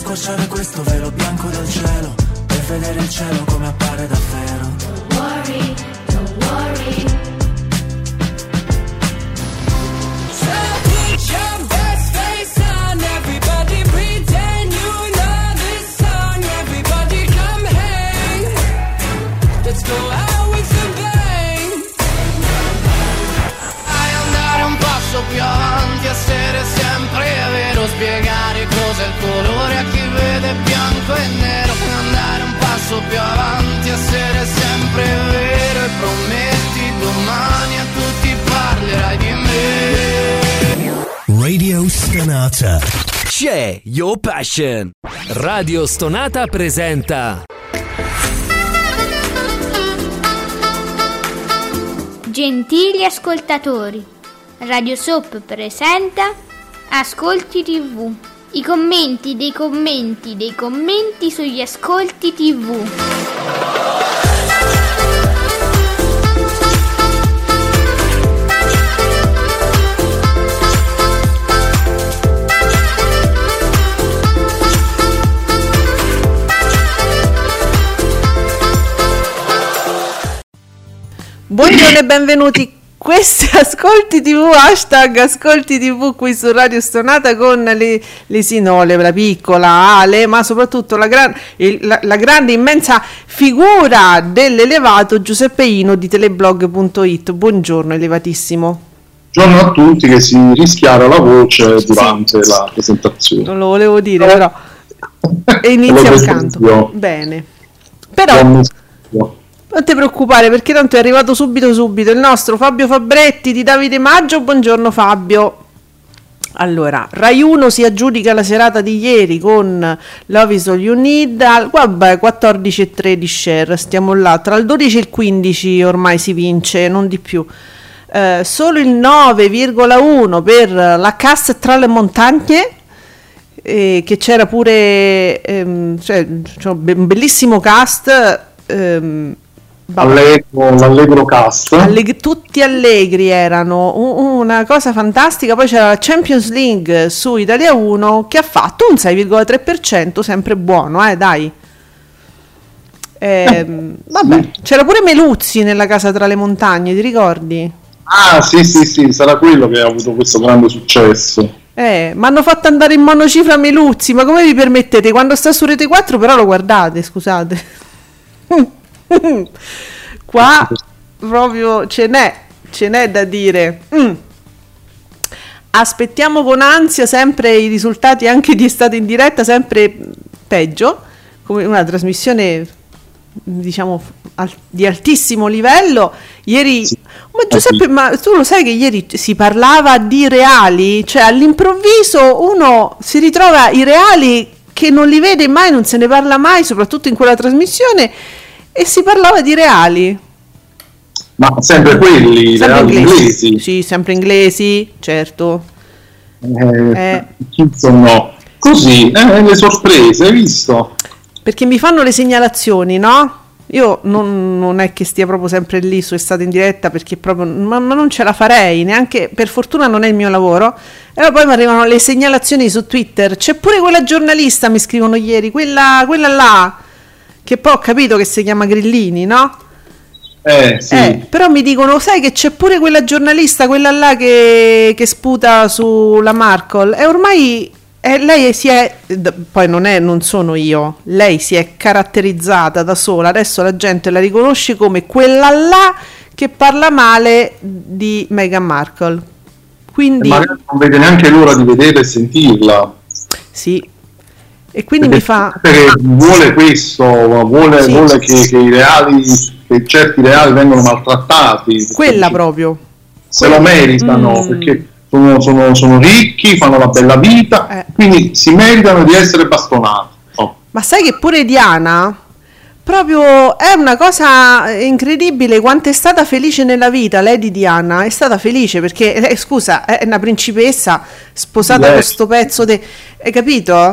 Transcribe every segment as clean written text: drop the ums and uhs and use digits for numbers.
squarciare questo velo bianco del cielo e vedere il cielo come appare davvero. Don't worry, don't worry. So put your best face on, everybody pretend you know this song. Everybody come hang, let's go out with the bang. Dai, andare un passo più avanti, essere sempre vero, spiegare cos'è il colore a chi vede bianco e nero. Andare un passo più avanti, essere sempre vero, e prometti domani a tutti parlerai di me. Radio Stonata. C'è Your Passion. Radio Stonata presenta Gentili ascoltatori, Radio Soap presenta Ascolti TV. I commenti dei commenti dei commenti sugli ascolti TV. Buongiorno e benvenuti. Questi Ascolti TV, hashtag Ascolti TV qui su Radio Stonata con l'Esinole, la piccola Ale, ma soprattutto la grande immensa figura dell'elevato Giuseppe Ino di teleblog.it. Buongiorno elevatissimo. Buongiorno a tutti, che si rischiara la voce durante la presentazione. Non lo volevo dire, però. E inizia il canto. Bene. Però non ti preoccupare, perché tanto è arrivato subito il nostro Fabio Fabretti di Davide Maggio. Buongiorno Fabio. Allora, Rai 1 si aggiudica la serata di ieri con Love Is All You Need. Vabbè, 14,3 share, stiamo là, tra il 12 e il 15 ormai si vince, non di più. Solo il 9,1 per La cast tra le montagne, che c'era pure un bellissimo cast, l'Allegro cast, tutti allegri erano, una cosa fantastica. Poi c'era la Champions League su Italia 1 che ha fatto un 6,3%, sempre buono, dai. Vabbè, c'era pure Meluzzi nella casa tra le montagne, ti ricordi? Ah sì, sarà quello che ha avuto questo grande successo. Ma hanno fatto andare in monocifra Meluzzi, ma come vi permettete? Quando sta su Rete 4 però lo guardate, scusate. Qua proprio ce n'è da dire. Aspettiamo con ansia sempre i risultati anche di Estate in diretta, sempre peggio, come una trasmissione diciamo di altissimo livello. Ieri ma Giuseppe, ma tu lo sai che ieri si parlava di reali, cioè all'improvviso uno si ritrova i reali che non li vede mai, non se ne parla mai, soprattutto in quella trasmissione, e si parlava di reali. Ma sempre quelli, sempre reali inglesi. Sì, sempre inglesi, certo. Insomma, così, le sorprese, hai visto? Perché mi fanno le segnalazioni, no? Io non è che stia proprio sempre lì su Estate in diretta, perché proprio ma non ce la farei, neanche, per fortuna non è il mio lavoro. E poi mi arrivano le segnalazioni su Twitter. C'è pure quella giornalista, mi scrivono ieri, quella là, che poi ho capito che si chiama Grillini, no? Sì. Però mi dicono, sai che c'è pure quella giornalista, quella là che sputa sulla Markle, e ormai lei poi non sono io, lei si è caratterizzata da sola, adesso la gente la riconosce come quella là che parla male di Meghan Markle, quindi magari non vede neanche l'ora di vederla e sentirla. Sì, e quindi mi fa vuole questo, vuole che i reali, che certi reali vengono maltrattati, quella proprio se lo meritano, perché sono ricchi, fanno la bella vita, quindi si meritano di essere bastonati. Ma sai che pure Diana proprio è una cosa incredibile quanto è stata felice nella vita. Lady Diana è stata felice perché scusa, è una principessa sposata con sto pezzo hai capito?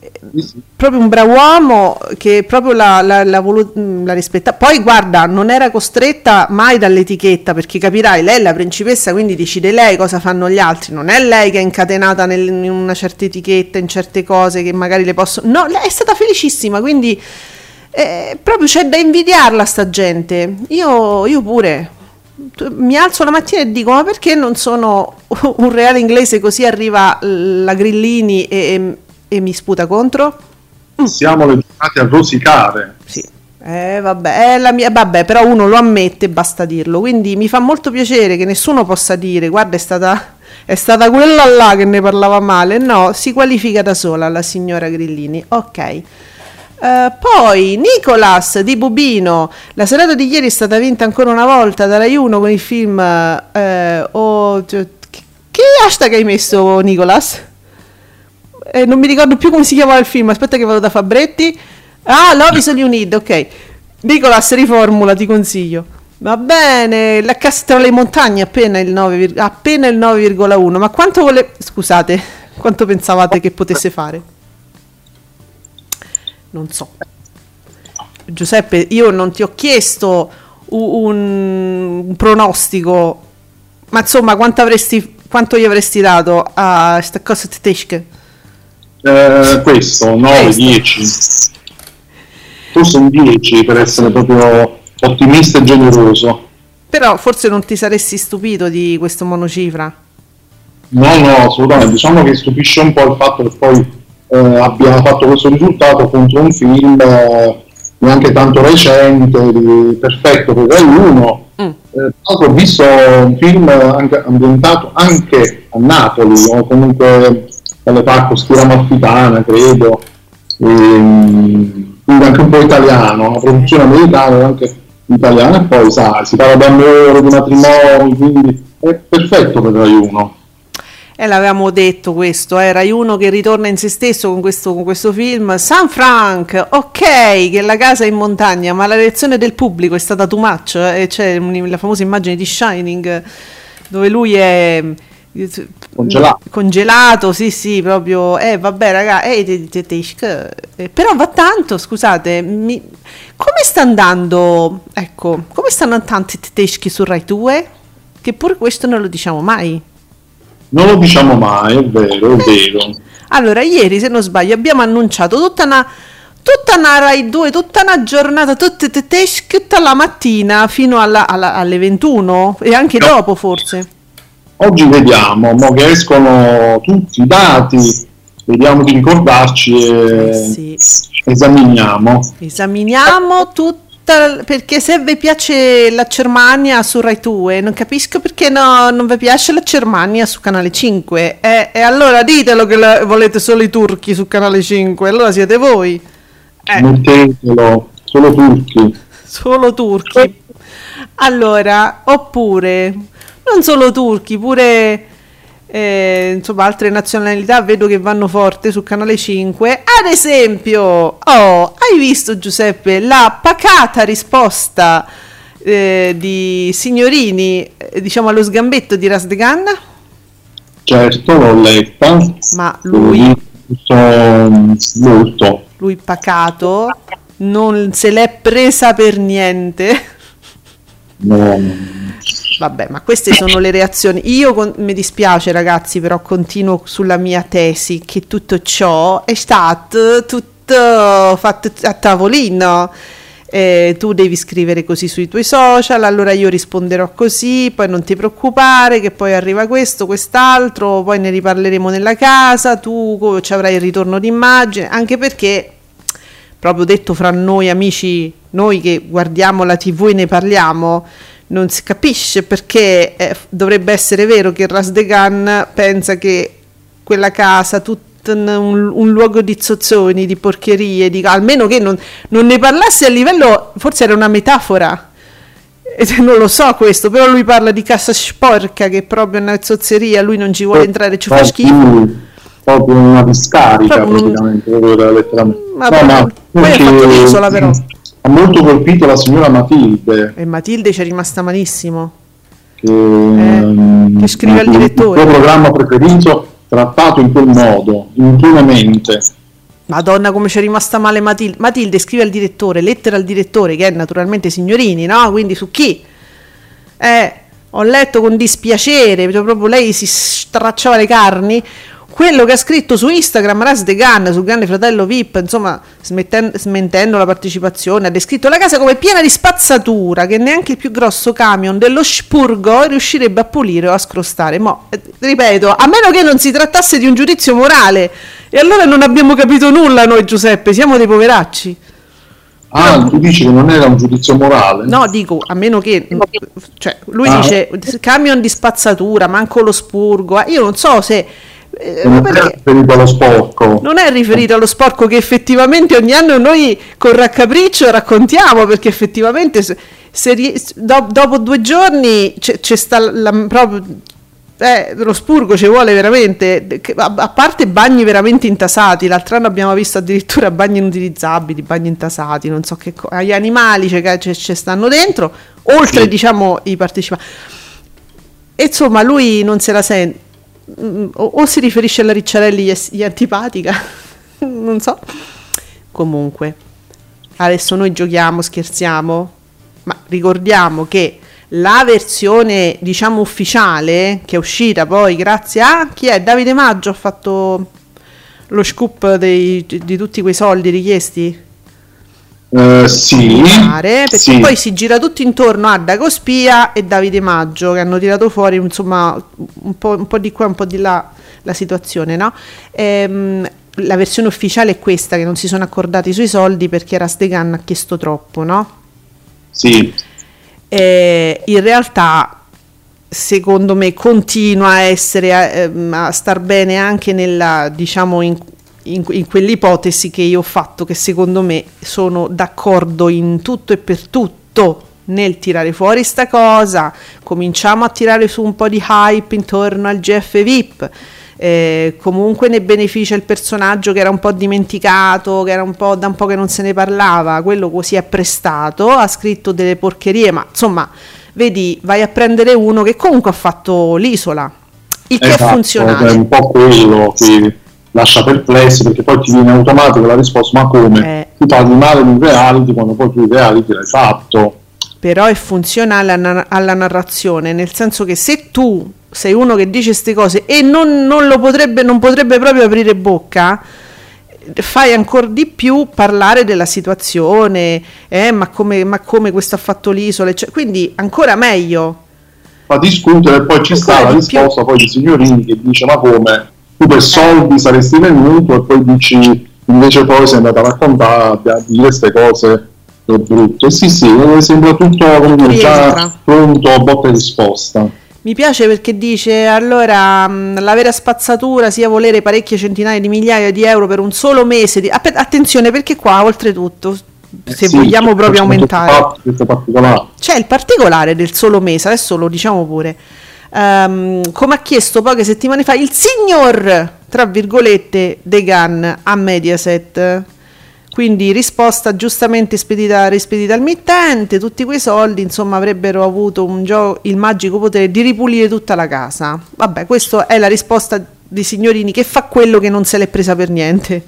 proprio un bravo uomo che proprio la rispetta. Poi guarda, non era costretta mai dall'etichetta, perché capirai, lei è la principessa, quindi decide lei cosa fanno gli altri, non è lei che è incatenata in una certa etichetta, in certe cose che magari le possono, no, lei è stata felicissima, quindi proprio c'è da invidiarla sta gente. Io pure mi alzo la mattina e dico: ma perché non sono un reale inglese, così arriva la Grillini e mi sputa contro? Siamo legati a rosicare. Sì. Vabbè, vabbè, però uno lo ammette, basta dirlo. Quindi mi fa molto piacere che nessuno possa dire: guarda, è stata quella là che ne parlava male. No, si qualifica da sola la signora Grillini. Ok. Poi Nicolas di Bubino: la serata di ieri è stata vinta ancora una volta da Rai 1 con il film che hashtag hai messo, Nicolas? Non mi ricordo più come si chiamava il film, aspetta che vado da Fabretti. Love is all you need. Ok, Nicolas, riformula, ti consiglio. Va bene, la cassa tra le montagne appena il 9,1. Ma scusate, quanto pensavate che potesse fare? Non so. Giuseppe, io non ti ho chiesto un pronostico, ma insomma quanto gli avresti dato a sta cosa tedesca? Questo 9-10, forse un 10 per essere proprio ottimista e generoso. Però forse non ti saresti stupito di questo monocifra? No, assolutamente. Diciamo che stupisce un po' il fatto che poi abbiamo fatto questo risultato contro un film neanche tanto recente, perfetto per Rai 1. Ho visto un film ambientato anche a Napoli, o comunque dalle parti Ostia Amalfitana, credo, quindi anche un po' italiano, una produzione americana anche italiana, e poi si parla d'amore, di matrimoni, quindi è perfetto per Rai 1. L'avevamo detto questo, Rai 1 che ritorna in se stesso con questo film. San Frank, ok, che la casa è in montagna, ma la reazione del pubblico è stata too much, c'è la famosa immagine di Shining dove lui è congelato, sì, proprio, vabbè raga, però va tanto, scusate, come sta andando, ecco, come stanno andando i tedeschi su Rai 2? Che pure questo non lo diciamo mai. Non lo diciamo mai, è vero. Allora, ieri, se non sbaglio, abbiamo annunciato tutta una Rai 2, tutta una giornata, tutte tedesche, tutta la mattina fino alle 21 e anche dopo forse. Oggi vediamo, che escono tutti i dati, vediamo di ricordarci e esaminiamo tutto. Perché se vi piace la Germania su Rai 2, non capisco perché non vi piace la Germania su Canale 5, e allora ditelo che volete solo i turchi su Canale 5, allora siete voi. Mettetelo, solo turchi. Allora, oppure non solo turchi, pure insomma altre nazionalità vedo che vanno forte su Canale 5. Ad esempio, hai visto, Giuseppe, la pacata risposta di Signorini, diciamo allo sgambetto di Razdegan? Certo, l'ho letta. Ma lui molto. Lui pacato, non se l'è presa per niente. No. Vabbè, ma queste sono le reazioni. Mi dispiace ragazzi, però continuo sulla mia tesi che tutto ciò è stato tutto fatto a tavolino. Tu devi scrivere così sui tuoi social, allora io risponderò così, poi non ti preoccupare che poi arriva questo, quest'altro, poi ne riparleremo nella casa, tu ci avrai il ritorno d'immagine, anche perché, proprio detto fra noi amici, noi che guardiamo la TV e ne parliamo, non si capisce perché dovrebbe essere vero che Razdegan pensa che quella casa, tutto un luogo di zozzoni, di porcherie, almeno che non ne parlasse a livello, forse era una metafora, non lo so questo, però lui parla di casa sporca che è proprio una zozzeria, lui non ci vuole entrare, ci fa schifo. Proprio una discarica praticamente, letteralmente. Ma poi ha fatto l'isola però. Ha molto colpito la signora Matilde. E Matilde ci è rimasta malissimo. Che scrive al direttore. Il tuo programma preferito trattato in quel modo, impunemente. Madonna, come c'è rimasta male Matilde. Matilde scrive al direttore, lettera al direttore, che è naturalmente Signorini, no? Quindi su chi? Ho letto con dispiacere, proprio lei si stracciava le carni, quello che ha scritto su Instagram Ras De Gan sul Grande Fratello VIP, insomma, smentendo la partecipazione, ha descritto la casa come piena di spazzatura, che neanche il più grosso camion dello Spurgo riuscirebbe a pulire o a scrostare. Ripeto, a meno che non si trattasse di un giudizio morale, e allora non abbiamo capito nulla noi, Giuseppe, siamo dei poveracci. Tu dici che non era un giudizio morale? No, dico, a meno che, cioè, lui dice camion di spazzatura, manco lo Spurgo, io non so se non è riferito allo sporco. Non è riferito allo sporco, che effettivamente ogni anno noi con raccapriccio raccontiamo, perché effettivamente dopo 2 giorni c'è sta proprio lo Spurgo ci vuole veramente, a parte bagni veramente intasati. L'altro anno abbiamo visto addirittura bagni inutilizzabili, bagni intasati, non so che agli animali ci stanno dentro, oltre diciamo i partecipanti. E insomma lui non se la sente, o si riferisce alla Ricciarelli gli antipatica non so. Comunque adesso noi giochiamo, scherziamo, ma ricordiamo che la versione diciamo ufficiale, che è uscita poi grazie a chi è? Davide Maggio ha fatto lo scoop di tutti quei soldi richiesti. Sì, perché poi si gira tutto intorno a Dago Spia e Davide Maggio, che hanno tirato fuori insomma un po' di qua, un po' di là la situazione, no? La versione ufficiale è questa, che non si sono accordati sui soldi perché Ras De Gan ha chiesto troppo, no? Sì. In realtà secondo me continua a essere a star bene anche nella, diciamo, in quell'ipotesi che io ho fatto, che secondo me sono d'accordo in tutto e per tutto nel tirare fuori sta cosa. Cominciamo a tirare su un po' di hype intorno al GF VIP, comunque ne beneficia il personaggio che era un po' dimenticato, che era da un po' che non se ne parlava, quello così è prestato, ha scritto delle porcherie, ma insomma vedi, vai a prendere uno che comunque ha fatto l'Isola, il che è funzionale. È un po' quello che lascia perplessi, perché poi ti viene automatico la risposta: ma come? Tu parli male di un reality quando poi tu il reality l'hai fatto. Però è funzionale alla narrazione, nel senso che se tu sei uno che dice queste cose e non potrebbe proprio aprire bocca, fai ancora di più parlare della situazione, ma come questo ha fatto l'Isola, cioè, quindi ancora meglio. Fa discutere, e poi ci sta la risposta poi di Signorini che dice: ma come? Tu per soldi saresti venuto, e poi dici invece poi sei andato a raccontare, a dire queste cose brutte. Sì, sembra tutto come già pronto, botta e risposta. Mi piace perché dice: allora la vera spazzatura sia volere parecchie centinaia di migliaia di euro per un solo mese di... Attenzione, perché qua oltretutto, se vogliamo proprio aumentare, c'è il particolare del solo mese, adesso lo diciamo pure. Come ha chiesto poche settimane fa il signor, tra virgolette, De Gan a Mediaset. Quindi risposta giustamente rispedita al mittente, tutti quei soldi insomma avrebbero avuto il magico potere di ripulire tutta la casa. Vabbè, questa è la risposta di Signorini, che fa quello che non se l'è presa per niente.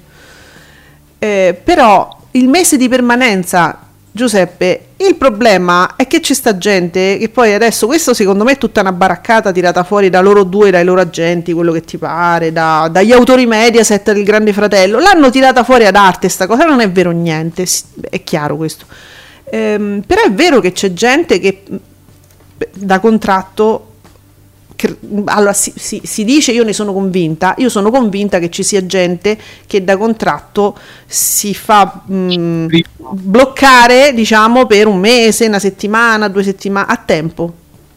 Però il mese di permanenza, Giuseppe, il problema è che c'è sta gente che poi adesso, questo secondo me è tutta una baraccata tirata fuori da loro due, dai loro agenti, quello che ti pare, dagli autori Mediaset del Grande Fratello, l'hanno tirata fuori ad arte sta cosa, non è vero niente, è chiaro questo, però è vero che c'è gente che da contratto, allora si dice, io sono convinta che ci sia gente che da contratto si fa bloccare, diciamo, per un mese, una settimana, 2 settimane a tempo,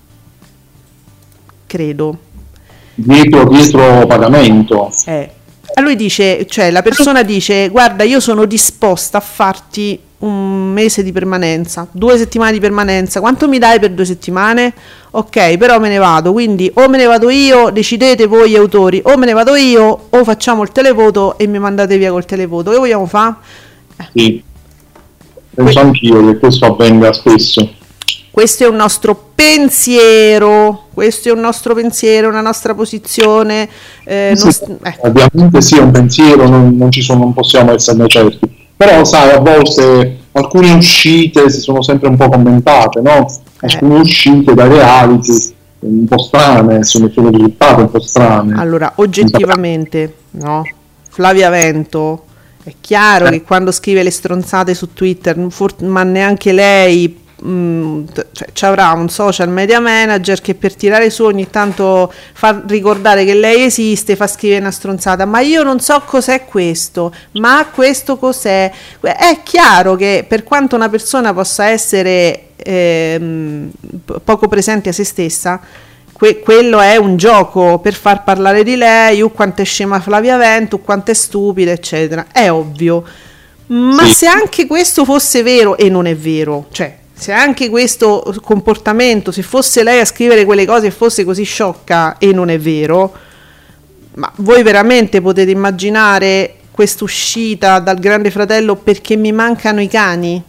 credo, dietro pagamento. A lui dice, cioè la persona dice: guarda, io sono disposta a farti un mese di permanenza, 2 settimane di permanenza, quanto mi dai per 2 settimane? Ok, però me ne vado, quindi o me ne vado io, decidete voi autori, o me ne vado io, o facciamo il televoto e mi mandate via col televoto, che vogliamo fare? Sì, penso anch'io che questo avvenga spesso. questo è un nostro pensiero, una nostra posizione. Ovviamente sì, è un pensiero, non possiamo esserne certi. Però sai, a volte alcune uscite si sono sempre un po' commentate, no? Alcune uscite da reality un po' strane, sono risultate un po' strane. Allora, oggettivamente, no? Flavia Vento, è chiaro che quando scrive le stronzate su Twitter, ma neanche lei ci avrà un social media manager che per tirare su ogni tanto fa ricordare che lei esiste, fa scrivere una stronzata, ma io non so cos'è questo, ma questo cos'è. È chiaro che per quanto una persona possa essere poco presente a se stessa, quello è un gioco per far parlare di lei, quanto è scema Flavia Vento, quanto è stupida, eccetera, è ovvio. Ma se anche questo fosse vero, e non è vero, cioè se anche questo comportamento, se fosse lei a scrivere quelle cose e fosse così sciocca, e non è vero, ma voi veramente potete immaginare quest'uscita dal Grande Fratello perché mi mancano i cani?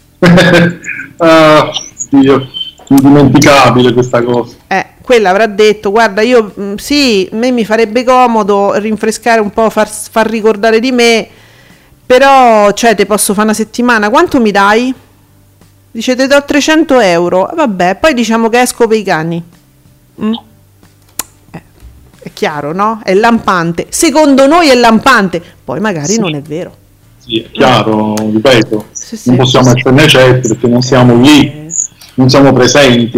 Dio, indimenticabile questa cosa. Quella avrà detto: guarda, io sì, a me mi farebbe comodo rinfrescare un po', far ricordare di me, però cioè te posso fare una settimana, quanto mi dai? Dice te do 300 euro, vabbè, poi diciamo che esco per i cani. È chiaro, no? È lampante, secondo noi è lampante, poi magari non è vero. Sì, è chiaro, ripeto, non possiamo esserne certi perché non siamo lì, non siamo presenti,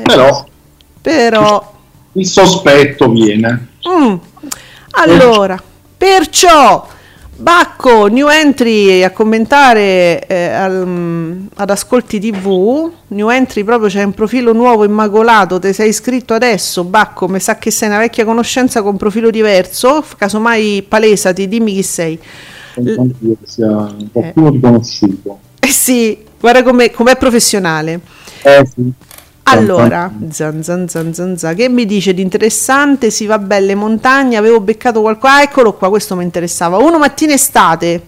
però il sospetto viene. Allora, perciò Bacco, new entry a commentare ad Ascolti TV, new entry proprio, c'è un profilo nuovo immacolato, te sei iscritto adesso Bacco, mi sa che sei una vecchia conoscenza con profilo diverso, casomai palesati, dimmi chi sei. Penso che sia qualcuno riconosciuto. Sì, guarda com'è professionale. Sì. Allora, che mi dice di interessante? Si va belle montagne, avevo beccato qualcosa, eccolo qua, questo mi interessava. Uno mattina estate,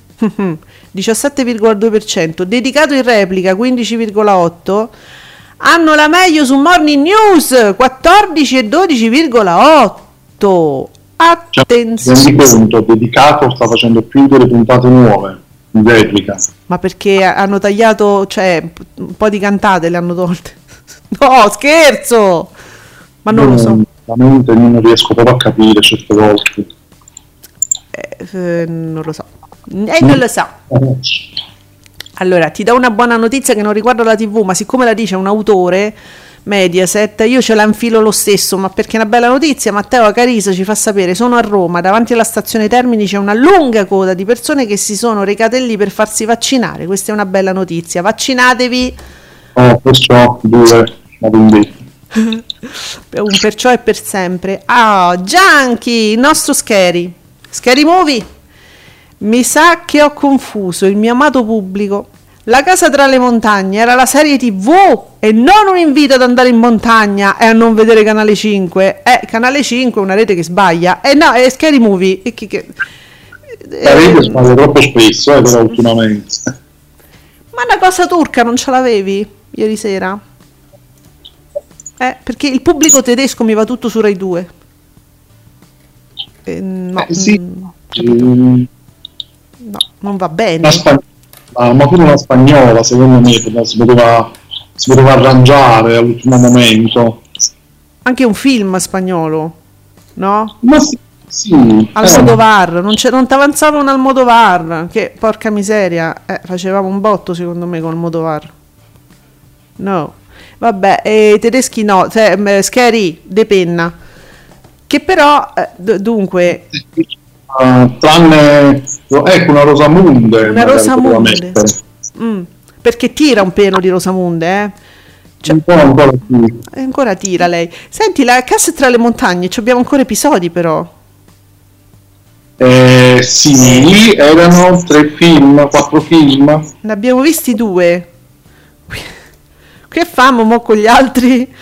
17,2%, dedicato in replica 15,8%, hanno la meglio su Morning News 14 e 12,8%. Attenzione. Rendi conto, dedicato sta facendo più delle puntate nuove in replica. Ma perché hanno tagliato, cioè un po' di cantate le hanno tolte. No, scherzo! Ma non lo so. Veramente non riesco proprio a capire certe volte. Non lo so. Non lo so. Allora, ti do una buona notizia che non riguarda la TV, ma siccome la dice un autore, Mediaset, io ce la infilo lo stesso, ma perché è una bella notizia. Matteo Carisa ci fa sapere: sono a Roma, davanti alla stazione Termini c'è una lunga coda di persone che si sono recate lì per farsi vaccinare. Questa è una bella notizia, vaccinatevi. Perciò due la vendetta. Un perciò è per sempre. Gianchi, il nostro Scary Movie. Mi sa che ho confuso il mio amato pubblico. La casa tra le montagne era la serie TV e non un invito ad andare in montagna e a non vedere Canale 5. Canale 5 è una rete che sbaglia. No, è Scary Movie. La rete sbaglia troppo spesso, però ultimamente. Ma una cosa turca non ce l'avevi ieri sera? Perché il pubblico tedesco mi va tutto su Rai 2. No, sì. No, non va bene. Ma pure una spagnola, secondo me, si poteva arrangiare all'ultimo momento. Anche un film spagnolo, no? Ma sì. Almodovar, non ti avanzava un Almodovar, che porca miseria, facevamo un botto secondo me con Almodovar. No, vabbè, tedeschi no, Scary de penna, che però dunque tranne ecco una Rosamunde, perché tira un pelo di Rosamunde, cioè, ancora tira lei. Senti, la casa tra le montagne, abbiamo ancora episodi però. Sì, erano 4 film. Ne abbiamo visti 2. Che famo mo con gli altri?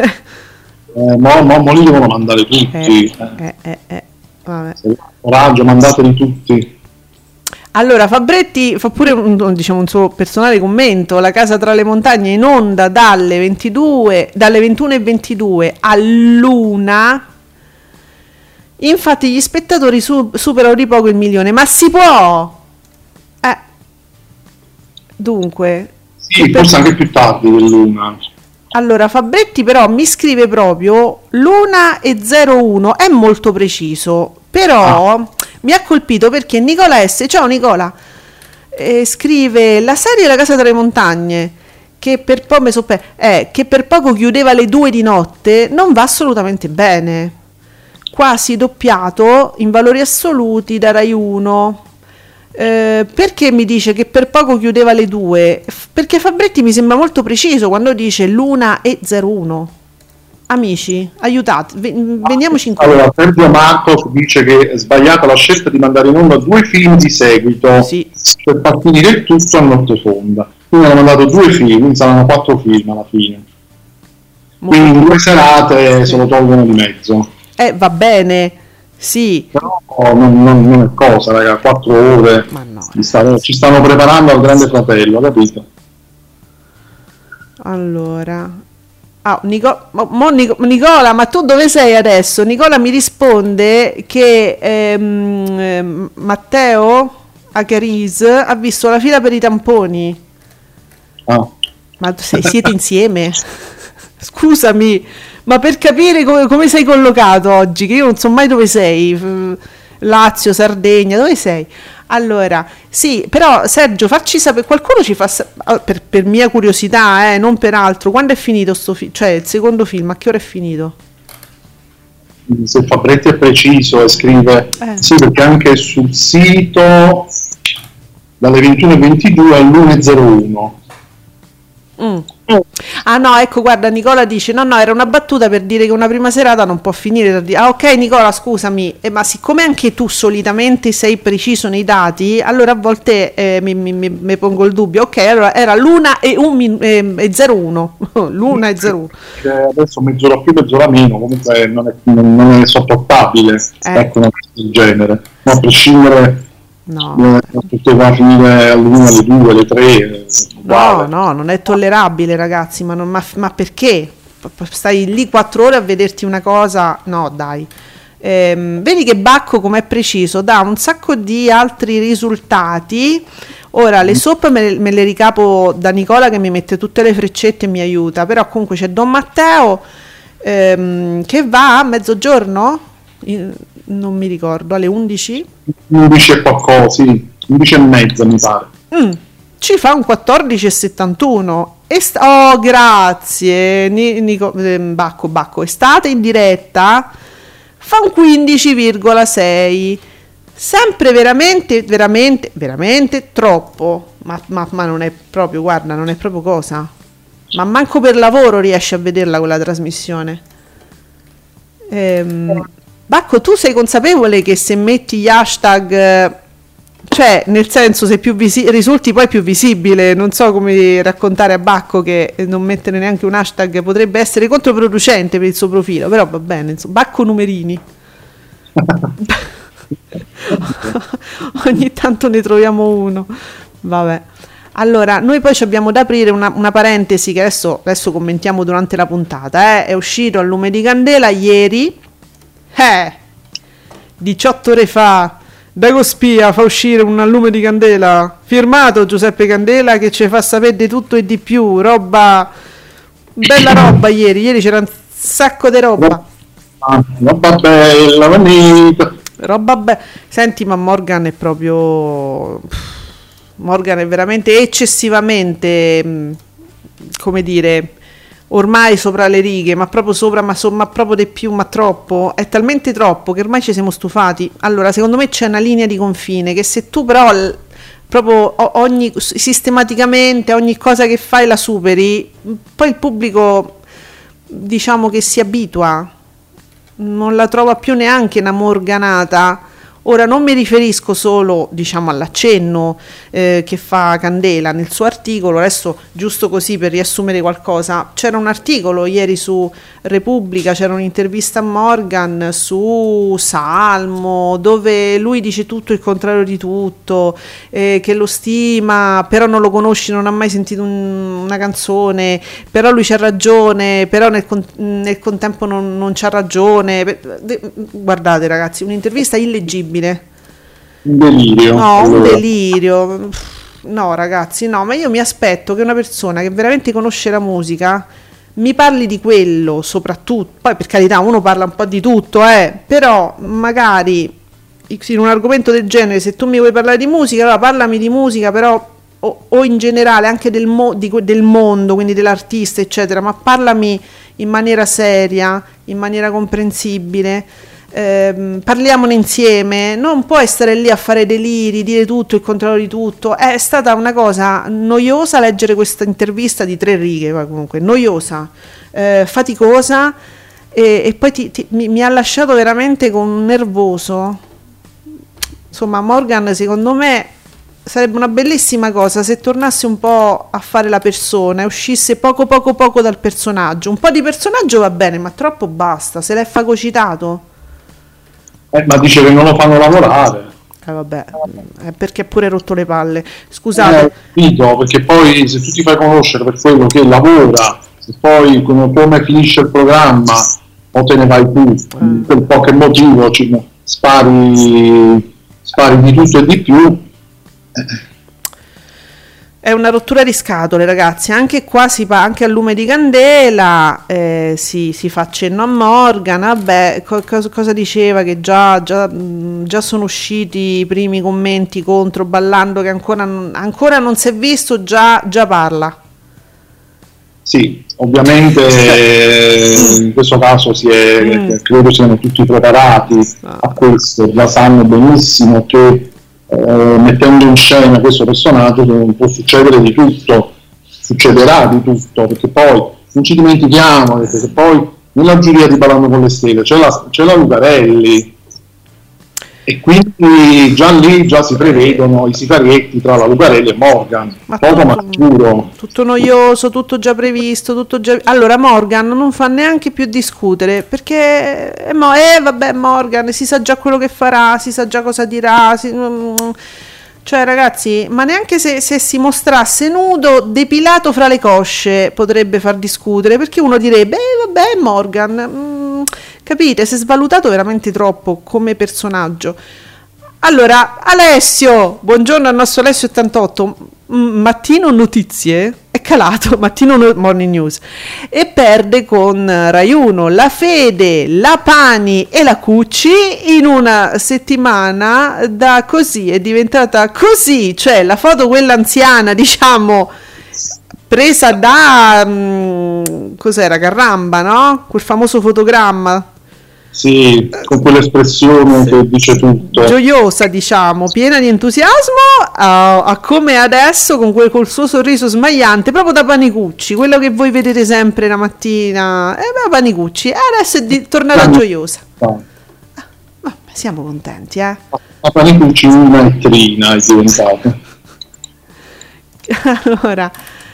Mo li devono mandare tutti. Vabbè. Coraggio, mandateli tutti. Allora, Fabretti fa pure un suo personale commento: La casa tra le montagne in onda dalle 21:22 all'1. Infatti gli spettatori superano di poco il 1.000.000. Ma si può? Dunque, sì, forse anche più tardi dell'1. Allora, Fabretti però mi scrive proprio l'1:01, è molto preciso, però mi ha colpito perché Nicola S, ciao Nicola, scrive: la serie La casa tra le montagne, che per poco chiudeva alle 2 di notte, non va assolutamente bene, quasi doppiato in valori assoluti da Rai 1. Perché mi dice che per poco chiudeva alle 2? Perché Fabretti mi sembra molto preciso quando dice l'1:01. Amici, aiutate, veniamoci incontro. Allora, Sergio Marco dice che è sbagliata la scelta di mandare in onda 2 film di seguito, per far finire il tutto a notte fonda. Quindi hanno mandato 2 film, quindi saranno 4 film alla fine. Quindi in 2 serate se lo tolgono di mezzo. Va bene. Sì, però non è cosa, raga, 4 ore. Ma no, ci stanno preparando al Grande Fratello, capito? Allora, Nicola, ma tu dove sei adesso? Nicola mi risponde che Matteo Acaris ha visto la fila per i tamponi. Ma siete insieme? Scusami, ma per capire come sei collocato oggi, che io non so mai dove sei, Lazio, Sardegna, dove sei? Allora, sì, però Sergio, farci sapere, qualcuno ci fa per mia curiosità, non per altro, quando è finito sto film, cioè il secondo film, a che ora è finito? Se Fabretti è preciso e scrive, sì, perché anche sul sito dalle 21:22 all'1:01. Ah no, ecco, guarda, Nicola dice no, era una battuta per dire che una prima serata non può finire ok Nicola, scusami, ma siccome anche tu solitamente sei preciso nei dati, allora a volte mi pongo il dubbio. Ok, allora era l'1:01 l'1:01. Adesso mezz'ora più, mezz'ora meno, comunque non è sopportabile, ecco, una cosa del genere, ma a prescindere. No, poteva finire all'1, alle 2, alle 3. No, non è tollerabile, ragazzi. Ma perché? Stai lì 4 ore a vederti una cosa? No, dai. Vedi che Bacco, com'è preciso, dà un sacco di altri risultati. Ora le soap me le ricapo da Nicola, che mi mette tutte le freccette e mi aiuta. Però comunque c'è Don Matteo che va a mezzogiorno. Non mi ricordo, alle 11? 11 e qualcosa, sì, 11 e mezza mi pare. Ci fa un 14,71. Oh, grazie Bacco, estate in diretta fa un 15,6. Sempre veramente troppo. Ma non è proprio, guarda, non è proprio cosa. Ma manco per lavoro riesci a vederla quella trasmissione. Bacco, tu sei consapevole che se metti gli hashtag, cioè nel senso, se risulti poi più visibile, non so come raccontare a Bacco che non mettere neanche un hashtag potrebbe essere controproducente per il suo profilo, però va bene, insomma, Bacco numerini. Ogni tanto ne troviamo uno, vabbè. Allora, noi poi ci abbiamo da aprire una parentesi che adesso commentiamo durante la puntata. È uscito al Lume di Candela ieri, 18 ore fa, Dago Spia fa uscire un Lume di Candela firmato Giuseppe Candela, che ci fa sapere di tutto e di più, bella roba ieri c'era un sacco di roba. Roba bella, senti, ma Morgan è veramente eccessivamente, come dire, ormai sopra le righe, ma proprio sopra, ma proprio di più, ma troppo, è talmente troppo che ormai ci siamo stufati. Allora, secondo me c'è una linea di confine che se tu però proprio sistematicamente ogni cosa che fai la superi, poi il pubblico, diciamo che si abitua, non la trova più neanche una morganata, Ora non mi riferisco solo, diciamo, all'accenno che fa Candela nel suo articolo. Adesso, giusto così per riassumere qualcosa, c'era un articolo ieri su Repubblica, c'era un'intervista a Morgan su Salmo, dove lui dice tutto il contrario di tutto, che lo stima, però non lo conosci, non ha mai sentito una canzone, però lui c'ha ragione, però nel contempo non c'ha ragione. Guardate ragazzi, un'intervista illeggibile. Un delirio. No, un delirio. No ragazzi, no, ma io mi aspetto che una persona che veramente conosce la musica mi parli di quello soprattutto. Poi per carità uno parla un po' di tutto, però magari in un argomento del genere, se tu mi vuoi parlare di musica, allora parlami di musica, però o in generale anche del mondo, quindi dell'artista eccetera, ma parlami in maniera seria, in maniera comprensibile, parliamone insieme. Non puoi stare lì a fare deliri, dire tutto il contrario di tutto. È stata una cosa noiosa leggere questa intervista di 3 righe, comunque noiosa, faticosa, e poi mi ha lasciato veramente con un nervoso. Insomma, Morgan secondo me sarebbe una bellissima cosa se tornasse un po' a fare la persona e uscisse poco dal personaggio. Un po' di personaggio va bene, ma troppo basta, se l'è fagocitato. Ma dice che non lo fanno lavorare. Vabbè, perché ha pure rotto le palle. Scusate. Perché poi se tu ti fai conoscere per quello che lavora, e poi come finisce il programma o te ne vai tu, per qualche motivo spari di tutto e di più. È una rottura di scatole, ragazzi. Anche qua anche a lume di candela si fa accenno a Morgan. Vabbè, cosa diceva? Che già sono usciti i primi commenti contro, ballando, che ancora non si è visto, già parla. Sì, ovviamente in questo caso credo siano tutti preparati a questo, già sanno benissimo che mettendo in scena questo personaggio può succedere di tutto, succederà di tutto, perché poi non ci dimentichiamo che poi nella giuria di Ballando con le Stelle c'è la Lucarelli, e quindi già si prevedono i siparietti tra la Lucarelli e Morgan, poco ma sicuro. Tutto noioso, tutto già previsto, Allora Morgan non fa neanche più discutere, perché vabbè, Morgan si sa già quello che farà, si sa già cosa dirà, cioè ragazzi, ma neanche se si mostrasse nudo, depilato fra le cosce, potrebbe far discutere, perché uno direbbe vabbè, Morgan, capite? Si è svalutato veramente troppo come personaggio. Allora, Alessio, buongiorno al nostro Alessio 88. Mattino Notizie è calato, Mattino Morning News, e perde con Rai 1 la Fede, la Pani e la Cucci in una settimana. Da così è diventata così, cioè la foto quella anziana, diciamo, presa da cos'era, Carramba, no? Quel famoso fotogramma. Sì, con quell'espressione che dice tutto. Gioiosa, diciamo, piena di entusiasmo, a come adesso, col suo sorriso smagliante, proprio da Panicucci, quello che voi vedete sempre la mattina, Panicucci, adesso è tornata gioiosa. Siamo contenti, La Panicucci una ettrina è diventata. Allora,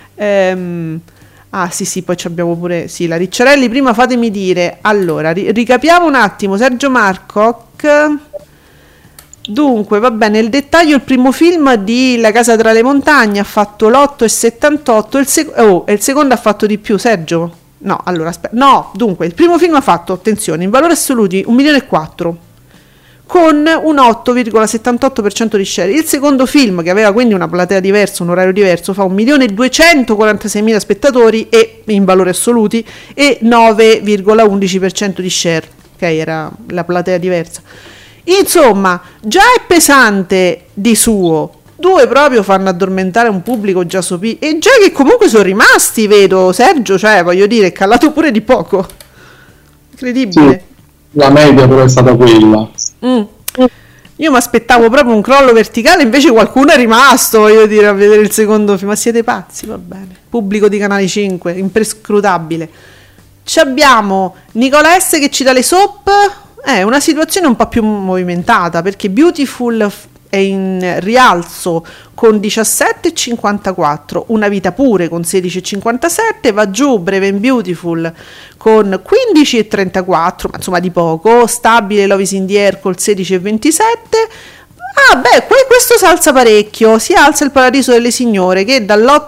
sì, poi abbiamo pure la Ricciarelli. Prima fatemi dire, allora, ricapiamo un attimo. Sergio Marcoc. Dunque, va bene, nel dettaglio il primo film di La casa tra le montagne ha fatto l'8,78, e il secondo ha fatto di più, Sergio? No, allora, aspetta. No, dunque, il primo film ha fatto, attenzione, in valori assoluti 1,4 milioni, con un 8,78% di share. Il secondo film, che aveva quindi una platea diversa, un orario diverso, fa 1.246.000 spettatori e in valori assoluti e 9,11% di share, ok, era la platea diversa. Insomma, già è pesante di suo. 2 proprio fanno addormentare un pubblico già sopì, e già che comunque sono rimasti, vedo, Sergio, cioè voglio dire, è calato pure di poco, incredibile. Sì, la media però è stata quella. Io mi aspettavo proprio un crollo verticale, invece qualcuno è rimasto, voglio dire, a vedere il secondo film. Ma siete pazzi? Va bene, pubblico di Canale 5, imprescrutabile. Ci abbiamo Nicola S che ci dà le soap È una situazione un po' più movimentata, perché Beautiful è in rialzo con 17,54, Una vita pure con 16,57, va giù Brave and Beautiful con 15,34, ma insomma di poco, stabile Love is in the Air col 16,27. Ah beh, questo si alza parecchio, si alza il Paradiso delle Signore che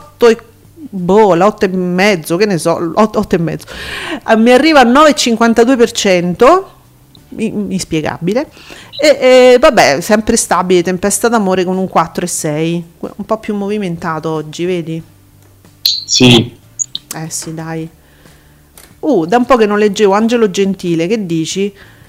l'8,5, che ne so, 8,5 mi arriva al 9,52%, inspiegabile, e vabbè, sempre stabile Tempesta d'amore con un 4,6, un po' più movimentato oggi, vedi? Sì. Sì, dai. Da un po' che non leggevo Angelo Gentile, che dici?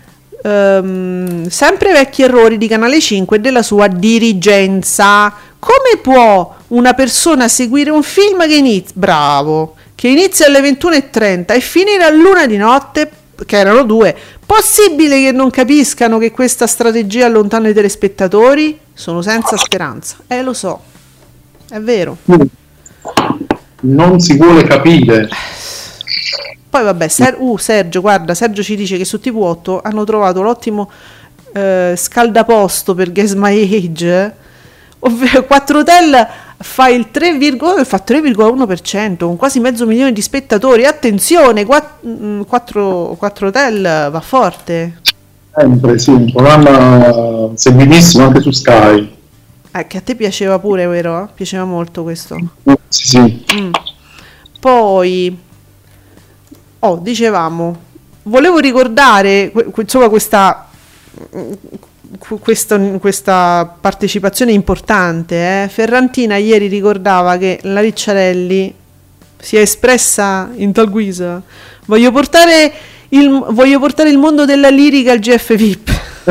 Sempre vecchi errori di Canale 5 e della sua dirigenza. Come può una persona seguire un film che inizia alle 21:30 e finire all'1 di notte, che erano 2? Possibile che non capiscano che questa strategia allontana i telespettatori? Sono senza speranza. Lo so, è vero. Non si vuole capire. Poi vabbè, Sergio, guarda, Sergio ci dice che su TV8 hanno trovato l'ottimo scaldaposto per Guess My Age, ovvero 4 Hotel fa il 3,1% con quasi 500.000 di spettatori. Attenzione, 4 Hotel va forte. Sempre, sì, un programma seguitissimo anche su Sky. Che a te piaceva pure, vero? Piaceva molto questo. Sì. Poi dicevamo, volevo ricordare insomma questa partecipazione importante. Ferrantina ieri ricordava che la Ricciarelli si è espressa in tal guisa: voglio portare il mondo della lirica al GF VIP.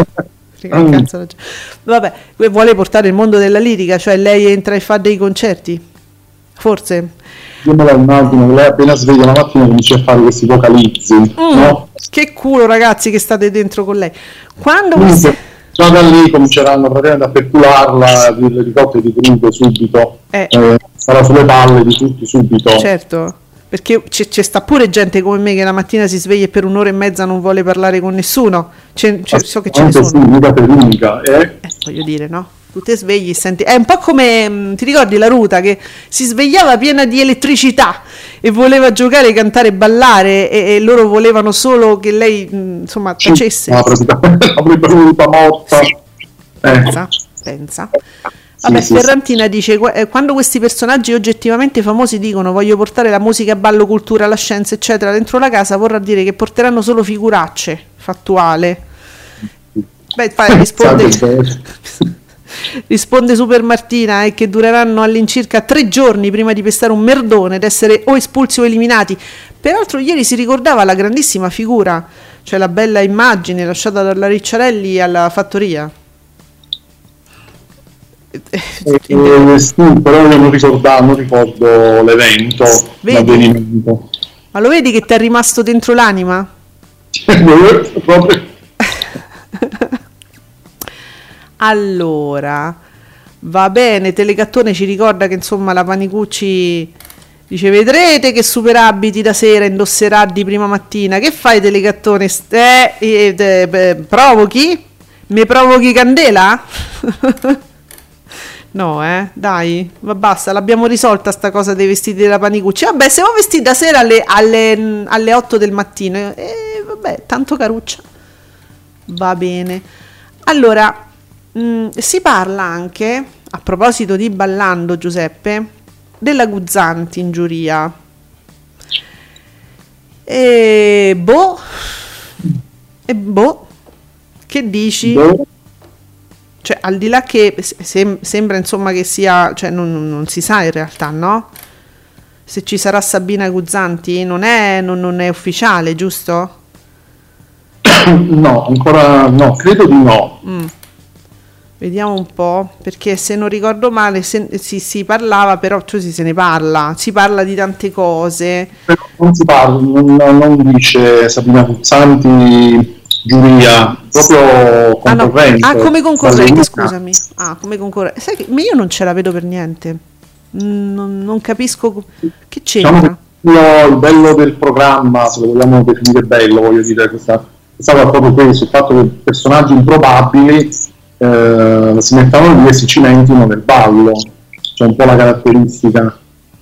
Vabbè, vuole portare il mondo della lirica, cioè lei entra e fa dei concerti, forse. Io me la immagino che lei appena sveglia la mattina comincia a fare questi vocalizzi, no? Che culo, ragazzi, che state dentro con lei. Quando già da lì cominceranno praticamente a pecularla, a dirle di cotte di crudo subito, sarà sulle palle di tutti subito. Certo, perché c'è sta pure gente come me che la mattina si sveglia e per un'ora e mezza non vuole parlare con nessuno. So che ce ne sono. Sì, mica per unica, voglio dire, no? Tu te svegli e senti, è un po' come ti ricordi la Ruta che si svegliava piena di elettricità e voleva giocare, cantare, ballare, e loro volevano solo che lei insomma tacesse. Avrebbe voluta morta. Pensa. Vabbè, Ferrantina dice: quando questi personaggi oggettivamente famosi dicono voglio portare la musica, ballo, cultura, la scienza eccetera dentro la casa, vorrà dire che porteranno solo figuracce. Fattuale. Beh, risponde Super Martina, che dureranno all'incirca 3 giorni prima di pestare un merdone ed essere o espulsi o eliminati. Peraltro ieri si ricordava la grandissima figura, cioè la bella immagine lasciata dalla Ricciarelli alla fattoria. Sì, però io non ricordo l'evento, l'avvenimento. Ma lo vedi che ti è rimasto dentro l'anima? Allora, va bene, Telecattone ci ricorda che insomma la Panicucci dice: vedrete che superabiti da sera indosserà di prima mattina. Che fai, Telecattone? Provochi? Mi provochi candela? No, dai, ma basta, l'abbiamo risolta sta cosa dei vestiti della Panicucci. Vabbè, siamo vestiti da sera alle 8 del mattino, vabbè, tanto caruccia. Va bene. Allora, si parla anche, a proposito di Ballando, Giuseppe, della Guzzanti in giuria. Che dici? Cioè, al di là che sembra insomma che sia, cioè non si sa in realtà, no? Se ci sarà Sabina Guzzanti non è ufficiale, giusto? No, ancora no, credo di no. Vediamo un po', perché se non ricordo male si parlava, però cioè si ne parla, si parla di tante cose. Però non si parla, non dice Sabina Guzzanti giuria, proprio concorrente. Come concorrente, scusami. Come concorrente. Sai che io non ce la vedo per niente. Non capisco che c'entra. Diciamo, il bello del programma, se lo vogliamo definire bello, voglio dire, questa stava proprio questo, il fatto che personaggi improbabili si mettano lì e si cimentino nel ballo. C'è un po' la caratteristica.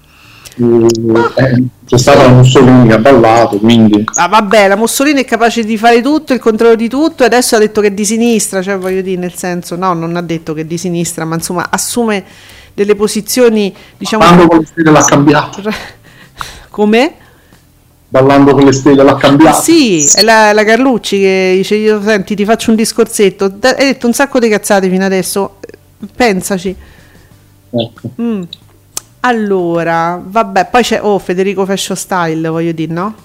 C'è stata la Mussolini che ha ballato, quindi vabbè, la Mussolini è capace di fare tutto, il contrario di tutto, e adesso ha detto che è di sinistra, cioè voglio dire, nel senso, no, non ha detto che è di sinistra, ma insomma assume delle posizioni, diciamo, ballando con le stelle l'ha cambiato. Come? Ballando con le stelle l'ha cambiato. Sì, è la Carlucci che dice: io, senti, ti faccio un discorsetto, hai detto un sacco di cazzate fino adesso, pensaci. Ecco. Allora, vabbè, poi c'è Federico Fashion Style, voglio dire, no?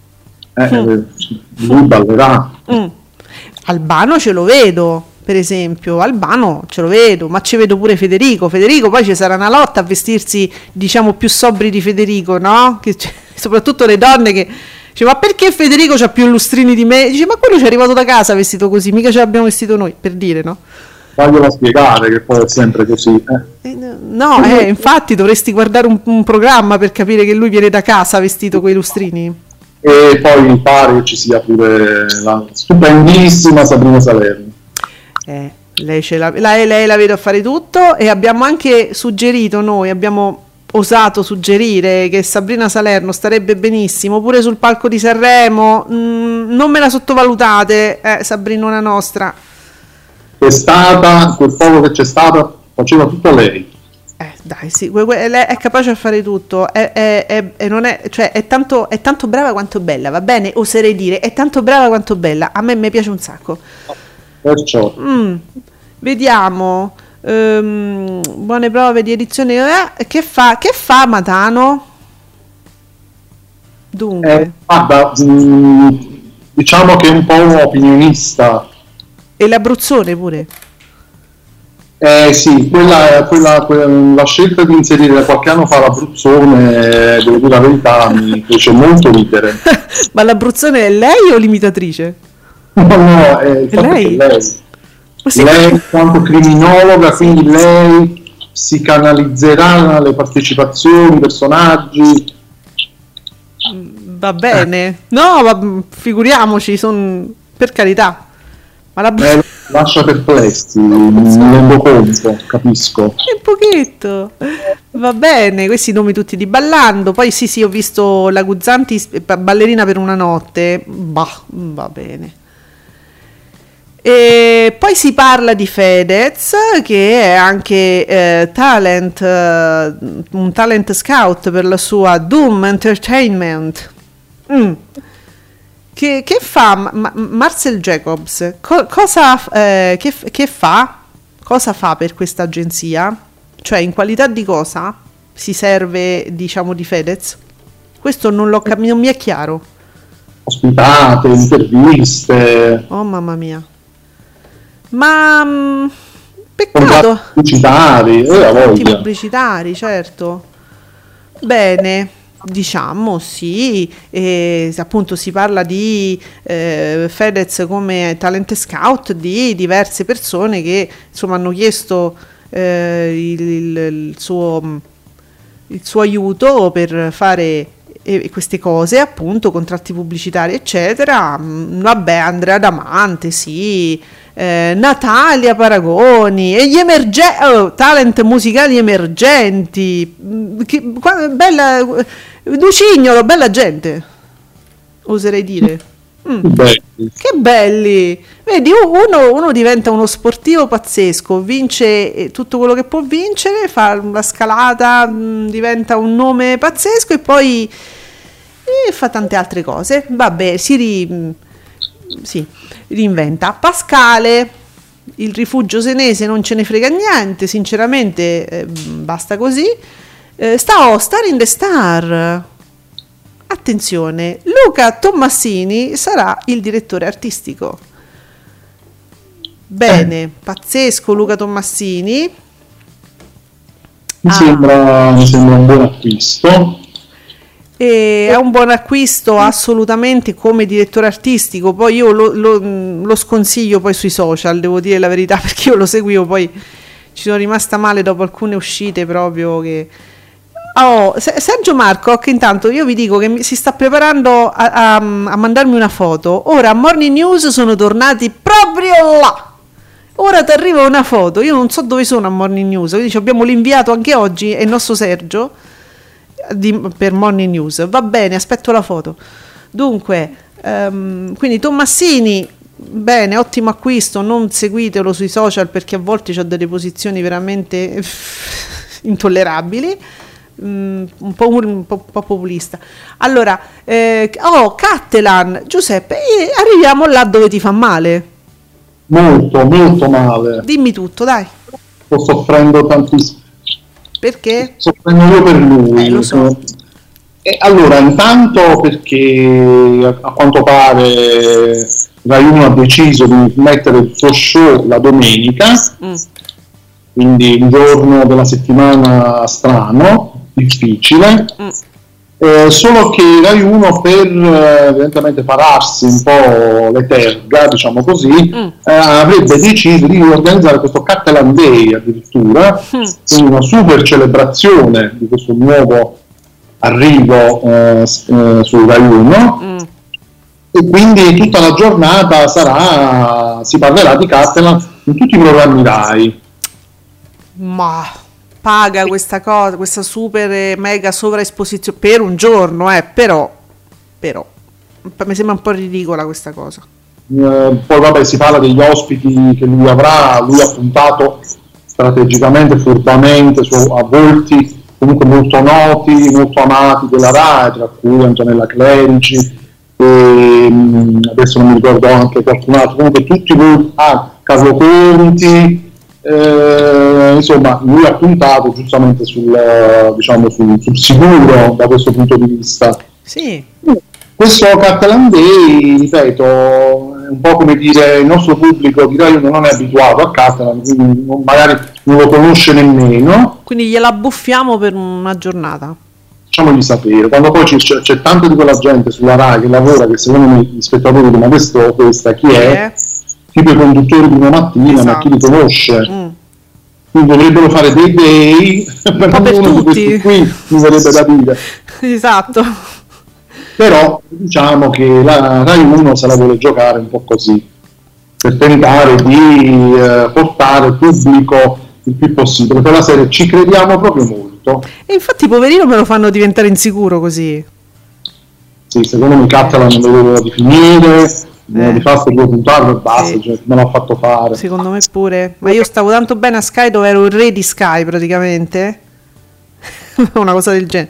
Lui ballerà. Albano ce lo vedo, per esempio, Albano ce lo vedo, ma ci vedo pure Federico, poi ci sarà una lotta a vestirsi, diciamo, più sobri di Federico, no? Soprattutto le donne che dice: ma perché Federico c'ha più lustrini di me? Dice: ma quello ci è arrivato da casa vestito così, mica ce l'abbiamo vestito noi, per dire, no? Faglielo spiegare che poi è sempre così. No, infatti dovresti guardare un programma per capire che lui viene da casa vestito coi lustrini. E poi mi pare che ci sia pure la stupendissima Sabrina Salerno. Lei la vedo a fare tutto, e abbiamo anche suggerito, noi abbiamo osato suggerire che Sabrina Salerno starebbe benissimo pure sul palco di Sanremo. Non me la sottovalutate, Sabrinona nostra. È stata, quel poco che c'è stata, faceva tutto lei. Dai, sì, lei è capace a fare tutto, non è, cioè, è tanto brava quanto bella, va bene? Oserei dire, è tanto brava quanto bella, a me mi piace un sacco. Perciò. Vediamo, buone prove di edizione, che fa Matano? Dunque. Guarda, diciamo che è un po' un opinionista. E l'Abruzzone pure? Sì, la scelta di inserire qualche anno fa l'Abruzzone, devo dire la verità, mi fece molto ridere. Ma l'Abruzzone è lei o l'imitatrice? No, è lei. Lei in quanto criminologa, quindi lei si canalizzerà le partecipazioni, i personaggi. Va bene, no, figuriamoci, per carità. Ma lascia perplessi, mi rendo conto, capisco. Un pochetto. Va bene, questi nomi tutti di ballando. Poi sì, ho visto la Guzzanti ballerina per una notte. Va bene. E poi si parla di Fedez, che è anche un talent scout per la sua Doom Entertainment. Che fa Marcel Jacobs? Cosa fa per questa agenzia? Cioè, in qualità di cosa si serve, diciamo, di Fedez? Questo non mi è chiaro. Ospitate, interviste. Oh mamma mia. Ma peccato. Pubblicitari, certo. Bene. Diciamo sì, appunto si parla di Fedez come talent scout di diverse persone che insomma hanno chiesto il suo aiuto per fare queste cose, appunto contratti pubblicitari eccetera. Vabbè, Andrea Damante, sì, Natalia Paragoni e gli talent musicali emergenti, bella Ducignolo, bella gente, oserei dire. Che belli, vedi, uno diventa uno sportivo pazzesco, vince tutto quello che può vincere, fa la scalata, diventa un nome pazzesco e poi fa tante altre cose. Vabbè, si reinventa. Pascale, il rifugio senese, non ce ne frega niente, sinceramente, basta così. Star in the Star. Attenzione, Luca Tommasini sarà il direttore artistico. Bene, pazzesco Luca Tommasini. Mi sembra un buon acquisto. È un buon acquisto assolutamente come direttore artistico. Poi io lo sconsiglio poi sui social, devo dire la verità, perché io lo seguivo, poi ci sono rimasta male dopo alcune uscite proprio che Sergio Marco, che intanto io vi dico che si sta preparando a mandarmi una foto. Ora a Morning News sono tornati proprio là. Ora ti arriva una foto. Io non so dove sono a Morning News, quindi abbiamo l'inviato anche oggi, è il nostro Sergio per Morning News. Va bene, aspetto la foto. Dunque, quindi Tommasini, bene, ottimo acquisto, non seguitelo sui social perché a volte c'ha delle posizioni veramente intollerabili. Un po' populista. Allora, Cattelan, Giuseppe, arriviamo là dove ti fa male. Molto, molto male. Dimmi tutto, dai. Sto soffrendo tantissimo. Perché? Soffrendo io per lui. Lo so. Allora, intanto perché a quanto pare Rai 1 ha deciso di mettere il suo show la domenica, quindi un giorno della settimana strano, difficile, solo che Rai 1 per evidentemente pararsi un po' le terga, diciamo così, avrebbe deciso di organizzare questo Catalan Day addirittura, quindi una super celebrazione di questo nuovo arrivo su Rai 1, e quindi tutta la giornata si parlerà di Catalan in tutti i programmi Rai. Ma paga questa cosa, questa super mega sovraesposizione per un giorno, però mi sembra un po' ridicola questa cosa. Poi vabbè, si parla degli ospiti che lui avrà. Lui ha puntato strategicamente, furbamente a volti comunque molto noti, molto amati della Rai, tra cui Antonella Clerici e adesso non mi ricordo anche qualcun altro, comunque tutti volti, Carlo Conti. Insomma, lui ha puntato giustamente sul sicuro da questo punto di vista. Sì. Questo Catalan Day, ripeto, è un po' come dire il nostro pubblico di Rai non è abituato a Catalan, quindi magari non lo conosce nemmeno. Quindi gliela buffiamo per una giornata. Facciamogli sapere, quando poi c'è tanta di quella gente sulla Rai che lavora, che secondo me gli spettatori dicono: ma questa chi è? Tipo i conduttori di una mattina, esatto. Ma chi li conosce? Quindi dovrebbero fare dei day per uno tutti. Di questi qui, mi verrebbe da dire. Esatto. Però diciamo che la Rai 1 se la vuole giocare un po' così, per tentare di portare il pubblico il più possibile. Per la serie ci crediamo proprio molto. E infatti poverino me lo fanno diventare insicuro così. Sì, secondo me Catalan non lo doveva definire. Di fatto 2 puntate e basta, sì. Cioè, me l'ha fatto fare. Secondo me pure. Ma io stavo tanto bene a Sky, dove ero il re di Sky praticamente. Una cosa del genere.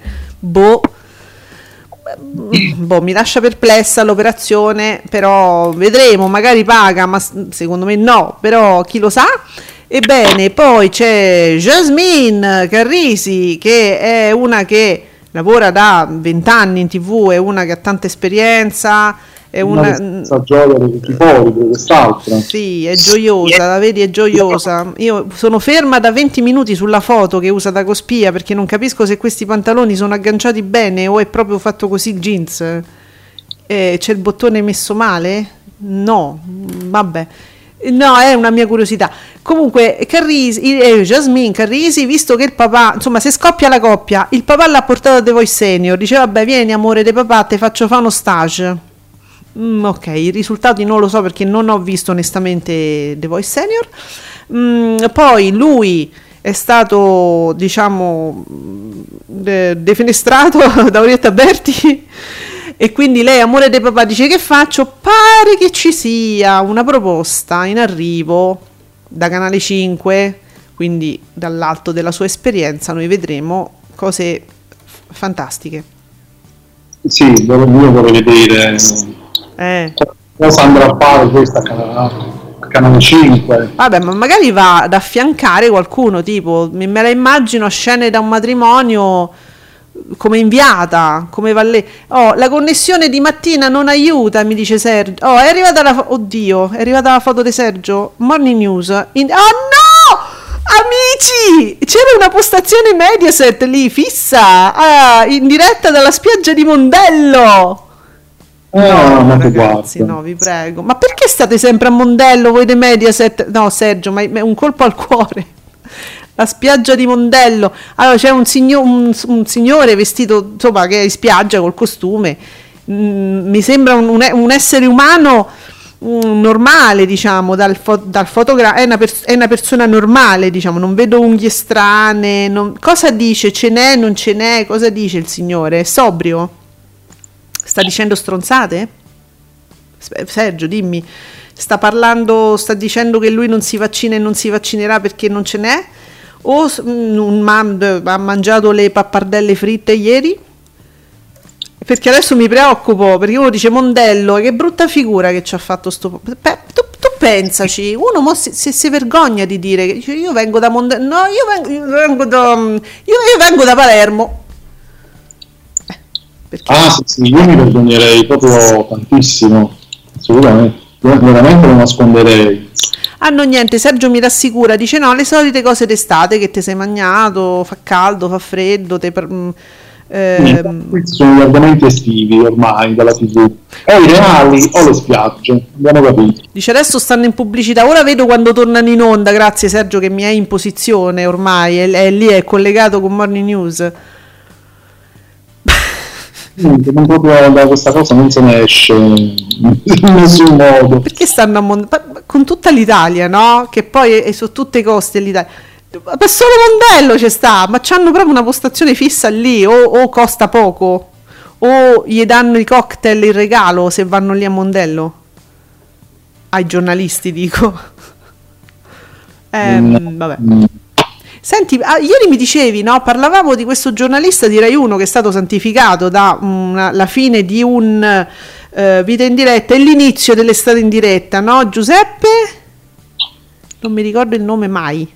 Mi lascia perplessa l'operazione, però vedremo, magari paga, ma secondo me no, però chi lo sa. Ebbene, poi c'è Jasmine Carrisi, che è una che lavora da 20 anni in TV, è una che ha tanta esperienza. È una gioia di tutti i poveri, quest'altra. Sì, è gioiosa, la vedi, è gioiosa. Io sono ferma da 20 minuti sulla foto che usa da cospia, perché non capisco se questi pantaloni sono agganciati bene o è proprio fatto così il jeans. C'è il bottone messo male? No, vabbè. No, è una mia curiosità. Comunque Jasmine Carrisi, visto che il papà, insomma, se scoppia la coppia, il papà l'ha portato a The Voice Senior, dice: vabbè, vieni amore dei papà, te faccio fare uno stage. Ok, i risultati non lo so perché non ho visto onestamente The Voice Senior. Poi lui è stato, diciamo, defenestrato da Orietta Berti e quindi lei, amore dei papà, dice: che faccio? Pare che ci sia una proposta in arrivo da Canale 5, quindi dall'alto della sua esperienza noi vedremo cose fantastiche. Sì, io vorrei vedere cosa andrà a fare questa a Canale 5. Vabbè, ma magari va ad affiancare qualcuno, tipo, me la immagino a scene da un matrimonio come inviata, come va lì. La connessione di mattina non aiuta, mi dice Sergio. È arrivata è arrivata la foto di Sergio. Morning News. Oh no! Amici! C'era una postazione Mediaset lì, fissa, in diretta dalla spiaggia di Mondello. No, ragazzi, no, vi prego. Ma perché state sempre a Mondello voi dei Mediaset? No, Sergio, ma è un colpo al cuore. La spiaggia di Mondello. Allora c'è un signore vestito, insomma, che è in spiaggia col costume. Mi sembra un essere umano normale, diciamo, dal fotogramma. È una persona normale, diciamo, non vedo unghie strane. Cosa dice? Ce n'è, non ce n'è? Cosa dice il signore? È sobrio? Sta dicendo stronzate? Sergio, dimmi. Sta dicendo che lui non si vaccina e non si vaccinerà perché non ce n'è? O ha mangiato le pappardelle fritte ieri? Perché adesso mi preoccupo, perché uno dice Mondello, che brutta figura che ci ha fatto tu pensaci, uno si vergogna di dire che io vengo da Mondello, no, io vengo da Palermo. Perché? Sì, io mi vergognerei proprio tantissimo, assolutamente, veramente lo nasconderei. No, niente, Sergio mi rassicura, dice no, le solite cose d'estate che ti sei mangiato, fa caldo, fa freddo, questi sono gli argomenti estivi ormai dalla TV, o i reali o le spiagge, abbiamo capito. Dice adesso stanno in pubblicità, ora vedo quando tornano in onda, grazie Sergio che mi è in posizione ormai, è lì, è collegato con Morning News. Proprio da questa cosa non se ne esce in nessun modo. Perché stanno con tutta l'Italia, no? Che poi è su tutte le coste dell'Italia. Ma solo Mondello c'è sta, ma c'hanno proprio una postazione fissa lì, o costa poco, o gli danno i cocktail in regalo se vanno lì a Mondello. Ai giornalisti dico. Vabbè. Senti, ieri mi dicevi, no? Parlavamo di questo giornalista di Rai 1 che è stato santificato da la fine di un Vita in diretta e l'inizio dell'estate in diretta, no? Giuseppe? Non mi ricordo il nome mai.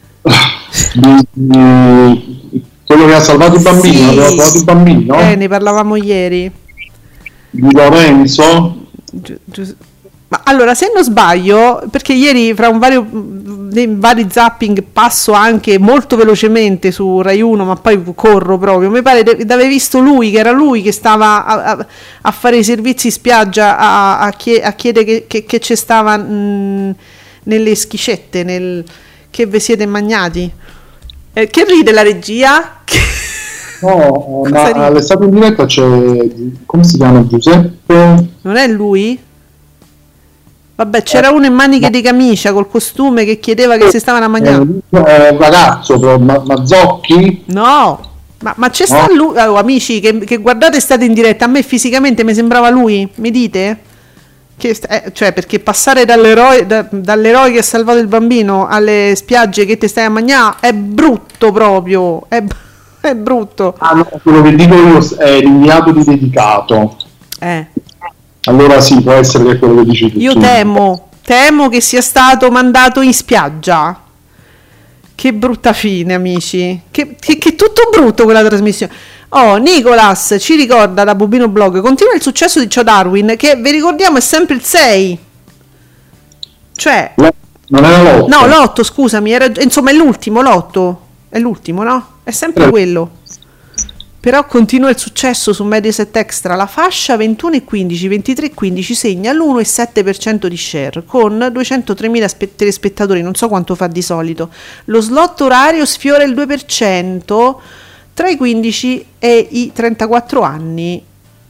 Quello che ha salvato i bambini, sì. Aveva salvato i bambini, no? Ne parlavamo ieri. Di Lorenzo. Ma allora, se non sbaglio, perché ieri fra dei vari zapping passo anche molto velocemente su Rai 1, ma poi corro proprio, mi pare di aver visto lui, che era lui che stava a fare i servizi in spiaggia, a chiedere che ci stava nelle schiscette, che vi siete magnati. Che ride la regia? No, ma all'estate in diretta c'è, come si chiama, Giuseppe? Non è lui? Vabbè, c'era uno in maniche di camicia col costume che chiedeva che si stavano a mangiare. Ragazzo, Mazzocchi? No, ma c'è sta lui, amici, che guardate state in diretta, a me fisicamente mi sembrava lui, mi dite? Cioè, perché passare dall'eroe che ha salvato il bambino alle spiagge che ti stai a mangiare è brutto proprio, è brutto. No, quello che dico io è l'inviato di dedicato. Allora sì, può essere che è quello che dici tu. Io temo che sia stato mandato in spiaggia. Che brutta fine, amici. Che tutto brutto quella trasmissione. Nicolas ci ricorda da Bubino Blog, continua il successo di Ciao Darwin, che vi ricordiamo è sempre il 6. Cioè non era l'8. No, l'8, scusami, insomma è l'ultimo, l'8. È l'ultimo, no? È sempre quello. Però continua il successo su Mediaset Extra, la fascia 21,15, 23,15 segna l'1,7% di share, con 203.000 telespettatori, non so quanto fa di solito. Lo slot orario sfiora il 2%, tra i 15 e i 34 anni,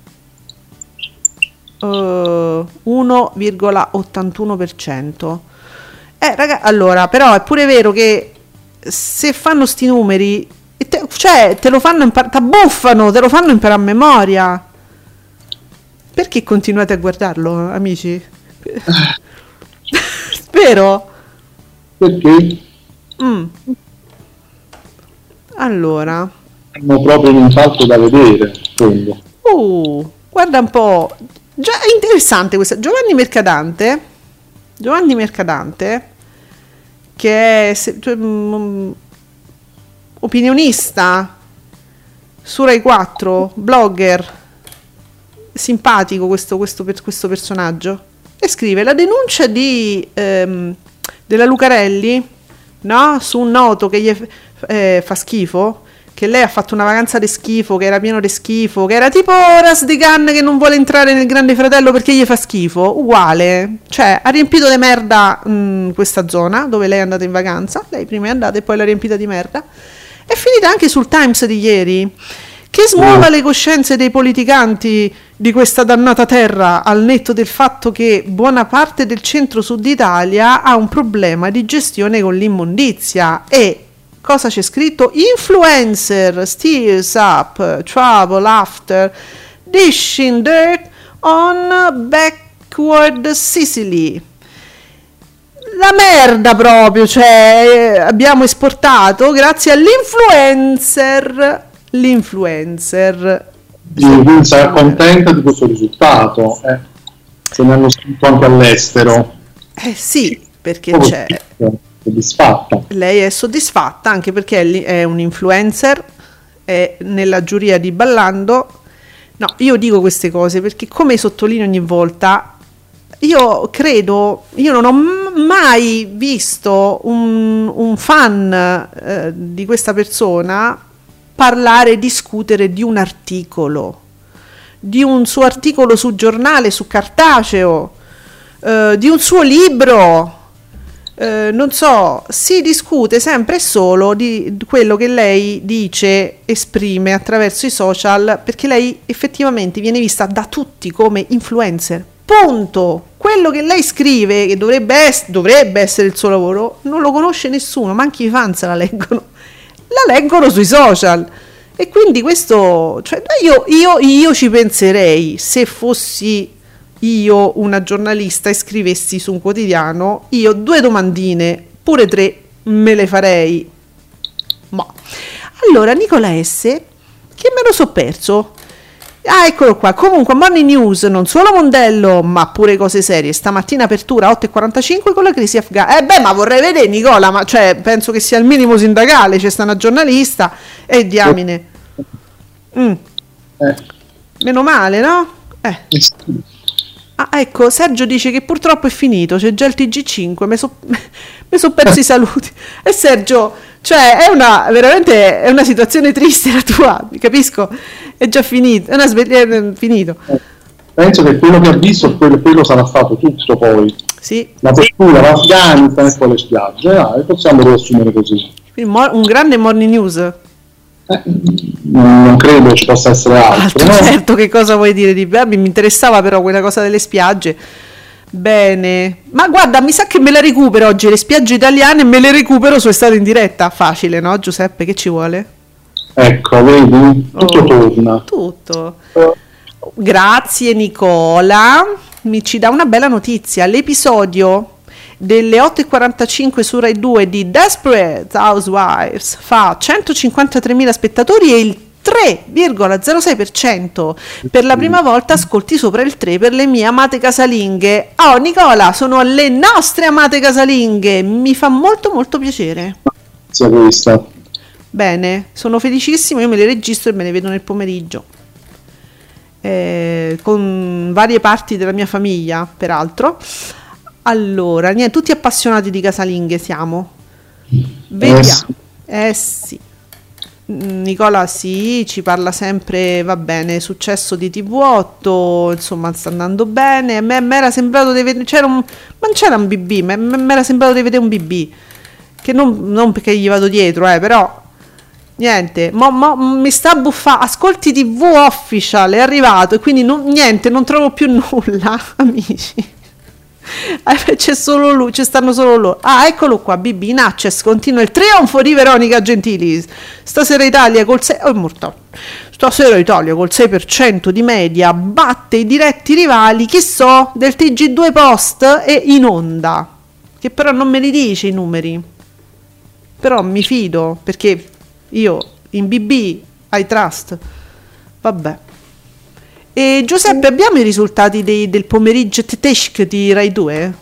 1,81%. Raga, allora, però è pure vero che se fanno sti numeri... te lo fanno t'abbuffano, te lo fanno imparare a memoria. Perché continuate a guardarlo, amici? Vero? Perché? Allora hanno proprio un salto da vedere, quindi. Guarda un po', già è interessante questa. Giovanni Mercadante, che è opinionista su Rai 4, blogger, simpatico questo personaggio, e scrive: la denuncia della Lucarelli, no, su un noto che gli fa schifo, che lei ha fatto una vacanza di schifo, che era pieno di schifo, che era tipo Razdegan che non vuole entrare nel Grande Fratello perché gli fa schifo, uguale, cioè ha riempito di merda questa zona dove lei è andata in vacanza, lei prima è andata e poi l'ha riempita di merda. È finita anche sul Times di ieri, che smuova le coscienze dei politicanti di questa dannata terra, al netto del fatto che buona parte del centro-sud Italia ha un problema di gestione con l'immondizia. E cosa c'è scritto? Influencer stirs up trouble after dishing dirt on backward Sicily. La merda proprio, cioè abbiamo esportato grazie all'influencer. Quindi sarà contenta di questo risultato, se ne hanno scritto anche all'estero. Sì, perché c'è soddisfatta. Lei è soddisfatta anche perché è un influencer, è nella giuria di Ballando. No, io dico queste cose perché, come sottolineo ogni volta, io non ho mai visto un fan di questa persona parlare, discutere di un articolo, di un suo articolo su giornale, su cartaceo, di un suo libro, non so, si discute sempre e solo di quello che lei dice, esprime attraverso i social, perché lei effettivamente viene vista da tutti come influencer, punto. Quello che lei scrive, che dovrebbe essere il suo lavoro, non lo conosce nessuno, ma anche i fans la leggono sui social. E quindi questo, cioè, io ci penserei se fossi io una giornalista e scrivessi su un quotidiano, io 2 domandine, pure 3 me le farei. Ma allora, Nicola S, che me lo so perso? Ah, eccolo qua. Comunque, Morning News, non solo Mondello, ma pure cose serie. Stamattina apertura 8:45 con la crisi afghana. Ma vorrei vedere, Nicola, ma cioè, penso che sia il minimo sindacale, c'è sta una giornalista e diamine. Meno male, no? Ah, ecco, Sergio dice che purtroppo è finito, c'è già il TG5, mi so persi i saluti. E Sergio, cioè, veramente è una situazione triste la tua, capisco, è già finito, è finito. Penso che quello che ha visto, quello sarà stato tutto poi. Sì. L'apertura, l'Afghanistan e poi le spiagge, possiamo riassumere così. Quindi un grande Morning News. Non credo ci possa essere altro, no? Certo, che cosa vuoi dire di mi interessava però quella cosa delle spiagge. Bene, ma guarda, mi sa che me la recupero oggi le spiagge italiane, me le recupero su Estate in Diretta. Facile, no Giuseppe, che ci vuole? Ecco, vedi, tutto torna. Tutto. Grazie Nicola, ci dà una bella notizia. L'episodio delle 8:45 su Rai 2 di Desperate Housewives fa 153.000 spettatori e il 3,06%. Per la prima volta ascolti sopra il 3 per le mie amate casalinghe. Oh Nicola, sono le nostre amate casalinghe, mi fa molto molto piacere. Sia questa. Bene, sono felicissimo, io me le registro e me le vedo nel pomeriggio. Con varie parti della mia famiglia, peraltro. Allora, niente, tutti appassionati di casalinghe siamo. Vediamo. Sì. Nicola sì, ci parla sempre, va bene, successo di TV8, insomma sta andando bene. A me era sembrato di vedere, non c'era un BB, mi era sembrato di vedere un BB, che non perché gli vado dietro, però niente, mi sta buffando. Ascolti TV Official è arrivato e quindi non trovo più nulla, amici. C'è solo lui, ci stanno solo loro. Ah, eccolo qua, BB in access, continua il trionfo di Veronica Gentili. Stasera Italia col 6% di media batte i diretti rivali, che so, del TG2 Post e In Onda, che però non me li dice i numeri, però mi fido perché io in BB I trust. Vabbè. E Giuseppe, abbiamo i risultati del pomeriggio tedesco di Rai 2?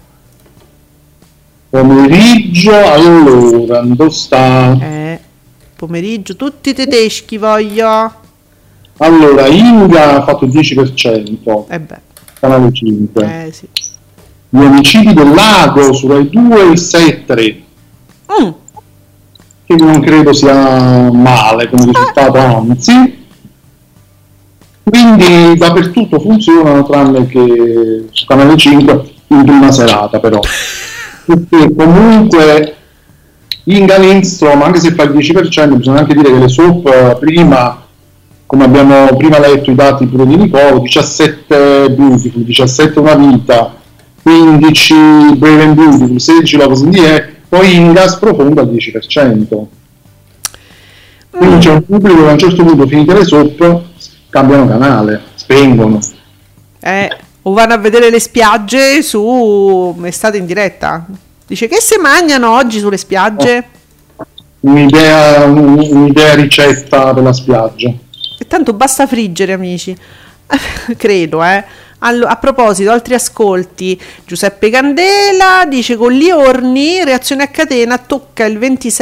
Pomeriggio, allora, dove sta? Pomeriggio, tutti tedeschi voglio. Allora, Inga ha fatto il 10%. Canale 5. Sì. Gli omicidi del lago su Rai 2 il 6,3. che non credo sia male come risultato, anzi. Quindi dappertutto funzionano, tranne che su Canale 5 in prima serata, però. Perché comunque Inga Lindstrom, anche se fa il 10%, bisogna anche dire che le soap prima, come abbiamo prima letto i dati pure di Nicolo, 17 Beautiful, 17 Una Vita, 15 Brave and Beautiful, 16 Love in the Air, poi Inga sprofonda al 10%. Quindi c'è un pubblico che a un certo punto, finite le soap, cambiano canale, spengono. O vanno a vedere le spiagge su Estate in diretta. Dice che se mangiano oggi sulle spiagge? Un'idea ricetta per la spiaggia. E tanto basta friggere, amici. Credo, a proposito, altri ascolti. Giuseppe Candela dice: con Liorni, reazione a catena, tocca il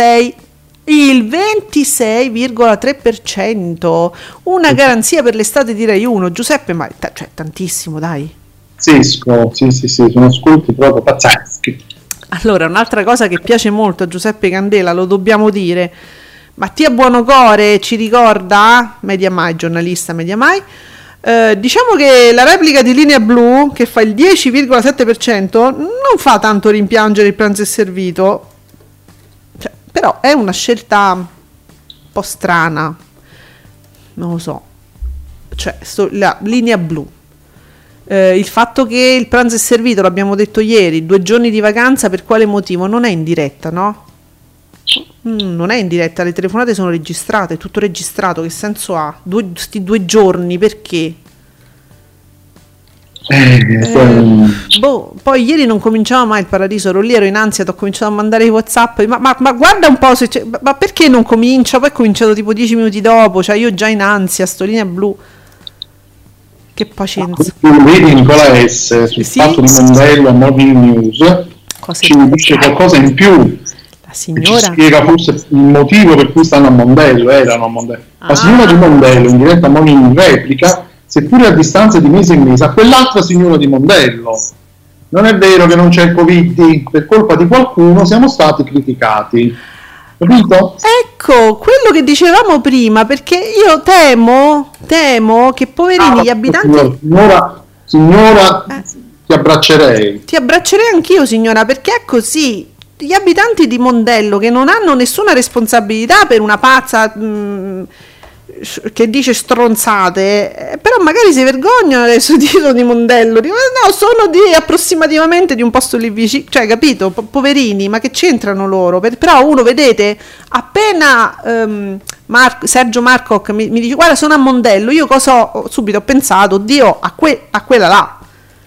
26,3%, una garanzia per l'estate di Rai 1. Giuseppe, ma cioè tantissimo, dai. Pazzesco, sì, sono ascolti proprio pazzeschi. Allora, un'altra cosa che piace molto a Giuseppe Candela, lo dobbiamo dire, Mattia Buonocore ci ricorda, Mediamai, giornalista Mediamai, diciamo che la replica di Linea Blu, che fa il 10,7%, non fa tanto rimpiangere il pranzo è servito, cioè, però è una scelta un po' strana, non lo so, cioè la Linea Blu, il fatto che il pranzo è servito, l'abbiamo detto ieri, 2 giorni di vacanza, per quale motivo? Non è in diretta, no? Non è in diretta, le telefonate sono registrate, è tutto registrato, che senso ha? Sti 2 giorni, perché? Poi ieri non cominciava mai il Paradiso, ero lì, ero in ansia, ti ho cominciato a mandare i WhatsApp, ma guarda un po' se c'è, ma perché non comincia? Poi è cominciato tipo 10 minuti dopo, cioè io già in ansia, sto Linea Blu. Che pazienza. Vedi Nicola S sul fatto di Mondello a Morning News ci dice qualcosa in più. La signora ci spiega forse il motivo per cui stanno a Mondello, erano a Mondello. La signora di Mondello in diretta Morning replica, seppure a distanza di mesi e mesi, a quell'altra signora di Mondello: non è vero che non c'è il Covid, per colpa di qualcuno siamo stati criticati. Capito? Ecco, quello che dicevamo prima, perché io temo che poverini gli abitanti... Signora, ti abbraccerei. Ti abbraccerei anch'io, signora, perché è così. Gli abitanti di Mondello, che non hanno nessuna responsabilità per una pazza che dice stronzate, però magari si vergognano adesso di Mondello, dico, no, sono di approssimativamente di un posto lì vicino, cioè, capito, poverini, ma che c'entrano loro? Però uno, vedete, appena Sergio Marcoc mi dice guarda sono a Mondello, io cosa ho subito pensato, oddio, a quella là,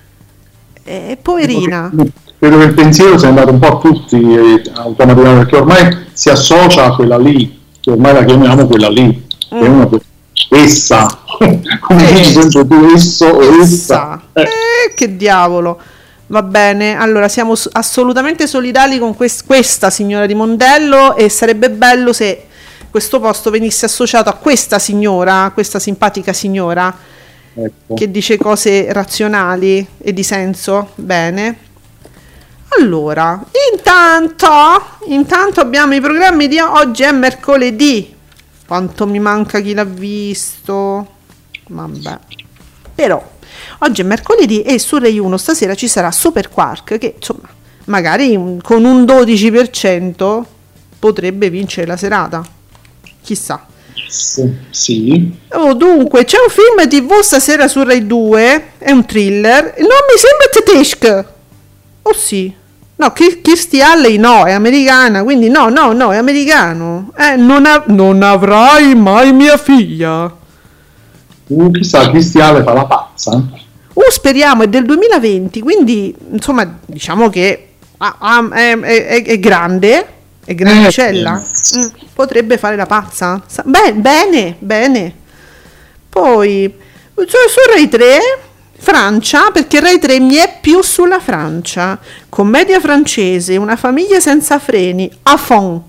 poverina. Credo che il pensiero sia andato un po' a tutti automaticamente, perché ormai si associa a quella lì, che ormai la chiamiamo quella lì. È una essa, come dici sempre tu, esso o essa. Che diavolo. Va bene, allora siamo assolutamente solidali con questa signora di Mondello, e sarebbe bello se questo posto venisse associato a questa signora, questa simpatica signora, ecco, che dice cose razionali e di senso. Bene. Allora, intanto abbiamo i programmi di oggi, è mercoledì. Quanto mi manca chi l'ha visto, vabbè. Però oggi è mercoledì e su Rai 1 stasera ci sarà Super Quark, che insomma magari con un 12% potrebbe vincere la serata, chissà. Sì. Dunque c'è un film TV stasera su Rai 2, è un thriller, non mi sembra tedesco, sì. No, Kirstie Alley no, è americana, quindi no, è americano. Non avrai mai mia figlia. Chissà, Kirstie Alley fa la pazza. Speriamo, è del 2020, quindi insomma diciamo che è grande, è grandicella. Potrebbe fare la pazza. Bene. Poi su Rai 3... Francia, perché Rai 3 mi è più sulla Francia, commedia francese, una famiglia senza freni, a fond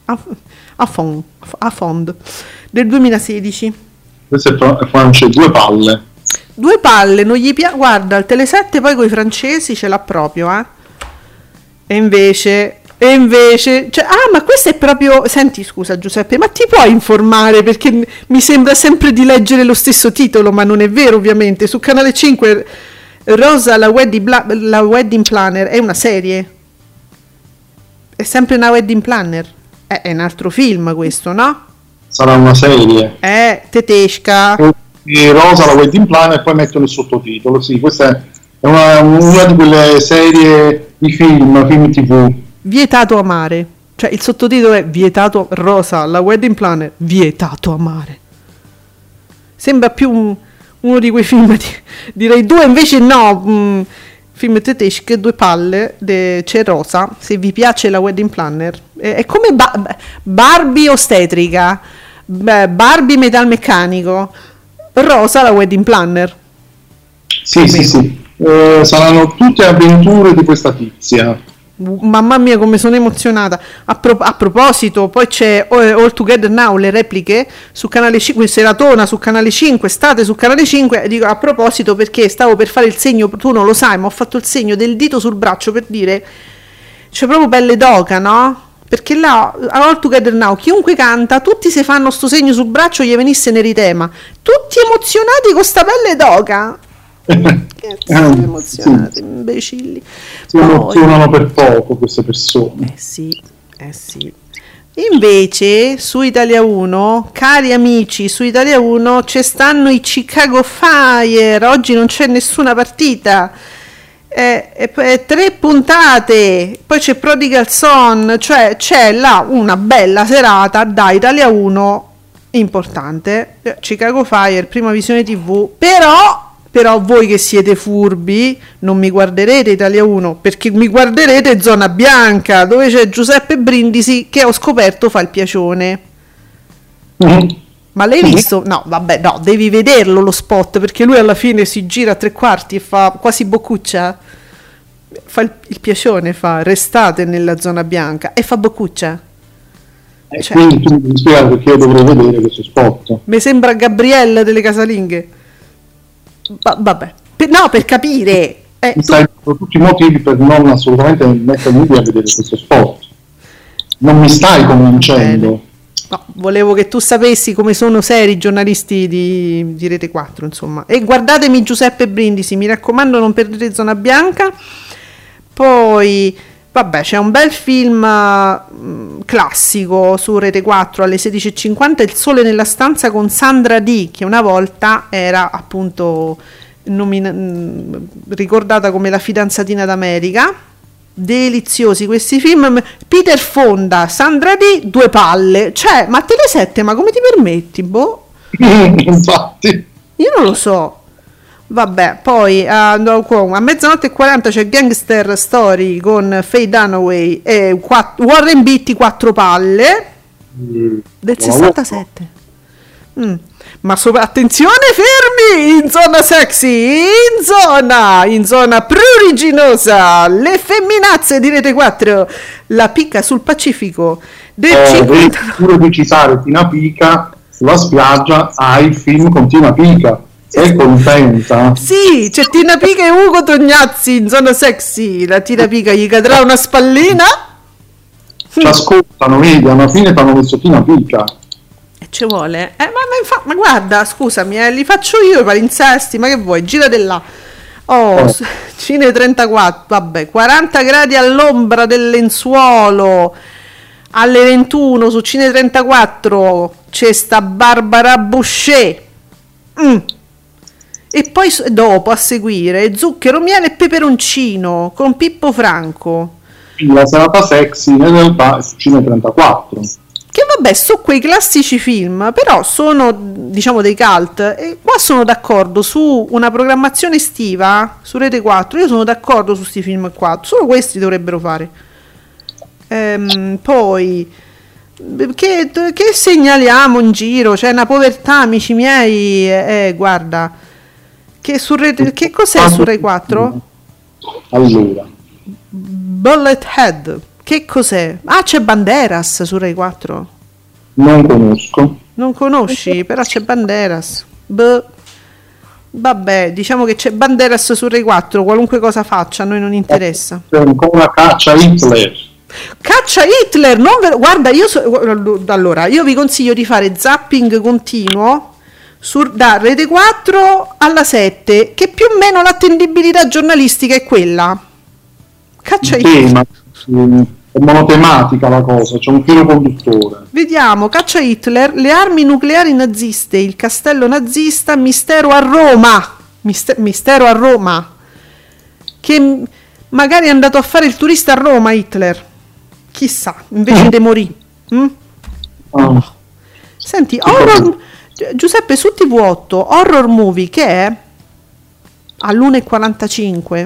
del 2016. Questo è Francia, 2 palle, non gli guarda il Tele7 poi con i francesi ce l'ha proprio, e invece E invece, cioè, ma questo è proprio. Senti, scusa Giuseppe, ma ti puoi informare? Perché mi sembra sempre di leggere lo stesso titolo, ma non è vero, ovviamente. Su Canale 5, Rosa, la wedding planner, è una serie. È sempre una wedding planner. È un altro film questo, no? Sarà una serie. Tedesca. E Rosa, la wedding planner, e poi mettono il sottotitolo. Sì, questa è una di quelle serie di film TV. Vietato amare, cioè il sottotitolo è vietato. Rosa, la wedding planner, vietato amare. Sembra più uno di quei film direi due, invece no, film tedeschi, due palle, c'è Rosa, se vi piace la wedding planner, è come Barbie ostetrica, Barbie metalmeccanico, Rosa la wedding planner. Sì. Saranno tutte avventure di questa tizia. Mamma mia come sono emozionata. A proposito, poi c'è All Together Now, le repliche su Canale 5, seratona su Canale 5, state su Canale 5. Dico a proposito perché stavo per fare il segno, tu non lo sai, ma ho fatto il segno del dito sul braccio per dire c'è proprio pelle d'oca, no? Perché là a All Together Now chiunque canta, tutti se fanno sto segno sul braccio gli venisse un eritema, tutti emozionati con sta pelle d'oca. Emozionati, imbecilli. Si emozionano per poco queste persone. Sì. Invece su Italia 1, cari amici, su Italia 1 ci stanno i Chicago Fire. Oggi non c'è nessuna partita, 3 puntate, poi c'è Prodigal Son, cioè c'è là una bella serata da Italia 1 importante. Chicago Fire, prima visione TV. Però voi che siete furbi non mi guarderete Italia 1, perché mi guarderete Zona Bianca, dove c'è Giuseppe Brindisi che ho scoperto fa il piacione. Ma l'hai visto? No, vabbè, no, devi vederlo lo spot, perché lui alla fine si gira a 3/4 e fa quasi boccuccia. Fa il piacione, fa restate nella Zona Bianca e fa boccuccia. Cioè, quindi tu mi spieghi perché io dovrei vedere questo spot. Mi sembra Gabriella delle casalinghe. Vabbè, no, per capire. Mi stai dando tutti i motivi per non assolutamente mettermi lì a vedere questo spot. Non mi stai convincendo. No, volevo che tu sapessi come sono seri i giornalisti di Rete 4, insomma. E guardatemi Giuseppe Brindisi, mi raccomando, non perdete Zona Bianca. Poi, vabbè, c'è un bel film classico su Rete 4 alle 16:50, Il sole nella stanza, con Sandra Dee, che una volta era appunto ricordata come la fidanzatina d'America. Deliziosi questi film. Peter Fonda, Sandra Dee, due palle, cioè, ma Tele7, ma come ti permetti? Boh. Infatti io non lo so. Vabbè, poi a 00:40 c'è Gangster Story con Faye Dunaway e Warren Beatty, quattro palle del 67. Ma attenzione, fermi, in zona sexy, in zona pruriginosa, le femminazze di Rete 4, la picca sul Pacifico del 50. Pure di citare Tina Pica sulla spiaggia, il film con Tina Pica. Sei contenta? Sì, c'è Tina Pica e Ugo Tognazzi in zona sexy. La Tina Pica gli cadrà una spallina. Ci ascoltano, vedi, alla fine ti hanno messo Tina Pica. E ci vuole. Ma guarda, scusami, li faccio io i palinsesti, ma che vuoi? Girate là. Cine 34, vabbè, 40 gradi all'ombra del lenzuolo. Alle 21 su Cine 34 c'è sta Barbara Boucher. E poi dopo a seguire Zucchero, miele e peperoncino con Pippo Franco. La serata sexy in realtà su Cine 34. Che vabbè, sono quei classici film, però sono, diciamo, dei cult. E qua sono d'accordo su una programmazione estiva su Rete 4. Io sono d'accordo su sti film qua. Solo questi dovrebbero fare. Poi che segnaliamo in giro? C'è una povertà, amici miei. Guarda, che su Rete, che cos'è su Rai 4? Allora, Bullet Head. Che cos'è? C'è Banderas su Rai 4? Non conosco. Non conosci? Però c'è Banderas. Vabbè, diciamo che c'è Banderas su Rai 4, qualunque cosa faccia a noi non interessa. È un po' una caccia a Hitler. Caccia Hitler, guarda, allora, io vi consiglio di fare zapping continuo da Rete 4 alla 7, che più o meno l'attendibilità giornalistica è quella. Caccia Hitler. È monotematica la cosa, c'è un filo conduttore. Vediamo, Caccia Hitler, le armi nucleari naziste, il castello nazista, mistero a Roma. Mistero a Roma. Che magari è andato a fare il turista a Roma Hitler. Chissà, invece di morì. Senti, horror, Giuseppe, su TV8, horror movie, che è all'1:45.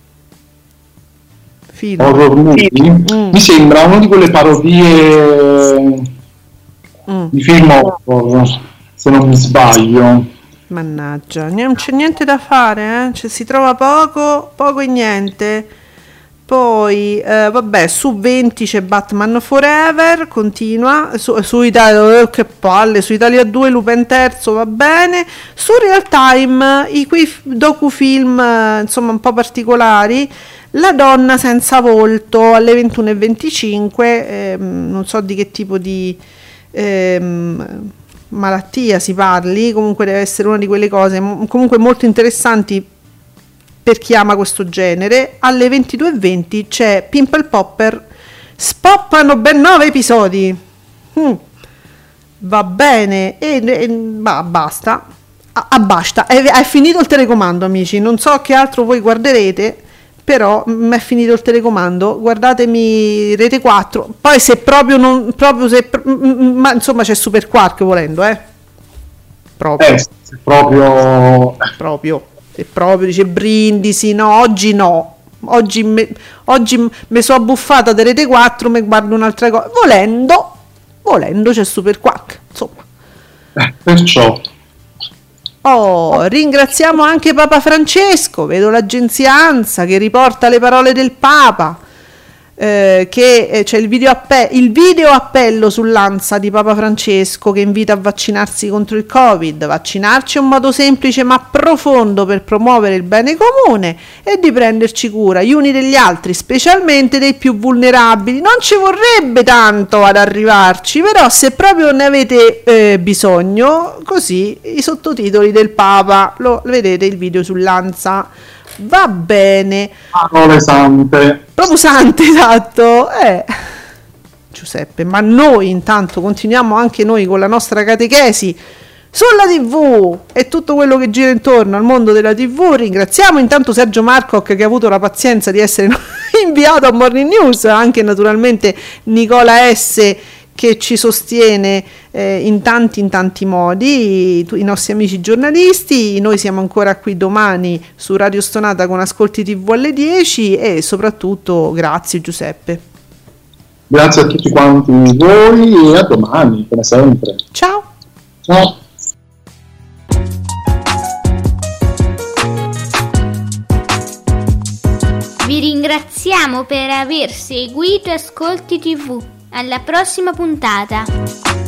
Film. Horror movie? Mi sembra una di quelle parodie di film horror, se non mi sbaglio. Mannaggia, non c'è niente da fare, Cioè, si trova poco e niente. Poi vabbè, su 20 c'è Batman Forever, continua su Italia, che palle, su Italia 2 Lupin III, va bene. Su Real Time quei docufilm insomma un po' particolari. La donna senza volto alle 21:25, non so di che tipo di malattia si parli, comunque deve essere una di quelle cose comunque molto interessanti per chi ama questo genere. Alle 22:20 c'è Pimple Popper, spoppano ben 9 episodi, va bene, e basta, basta, è finito il telecomando, amici, non so che altro voi guarderete, però mi è finito il telecomando, guardatemi Rete 4, poi se proprio non proprio se ma insomma c'è Super Quark volendo, se proprio dice Brindisi, oggi mi sono abbuffata da Rete 4, mi guardo un'altra cosa, volendo c'è Super Quark, insomma, perciò ringraziamo anche Papa Francesco, vedo l'agenzia ANSA che riporta le parole del Papa, che c'è il video appello sull'ANSA di Papa Francesco che invita a vaccinarsi contro il Covid. Vaccinarci è un modo semplice ma profondo per promuovere il bene comune e di prenderci cura gli uni degli altri, specialmente dei più vulnerabili. Non ci vorrebbe tanto ad arrivarci, però se proprio ne avete bisogno, così i sottotitoli del Papa, lo vedete il video sull'ANSA. Va bene, parole sante, proprio sante, esatto. Giuseppe, ma noi intanto continuiamo anche noi con la nostra catechesi sulla TV e tutto quello che gira intorno al mondo della TV. Ringraziamo intanto Sergio Marcoc che ha avuto la pazienza di essere inviato a Morning News, anche naturalmente Nicola S che ci sostiene in tanti modi, i nostri amici giornalisti. Noi siamo ancora qui domani su Radio Stonata con Ascolti TV alle 10 e soprattutto grazie Giuseppe. Grazie a tutti quanti voi e a domani come sempre. Ciao. Vi ringraziamo per aver seguito Ascolti TV. Alla prossima puntata.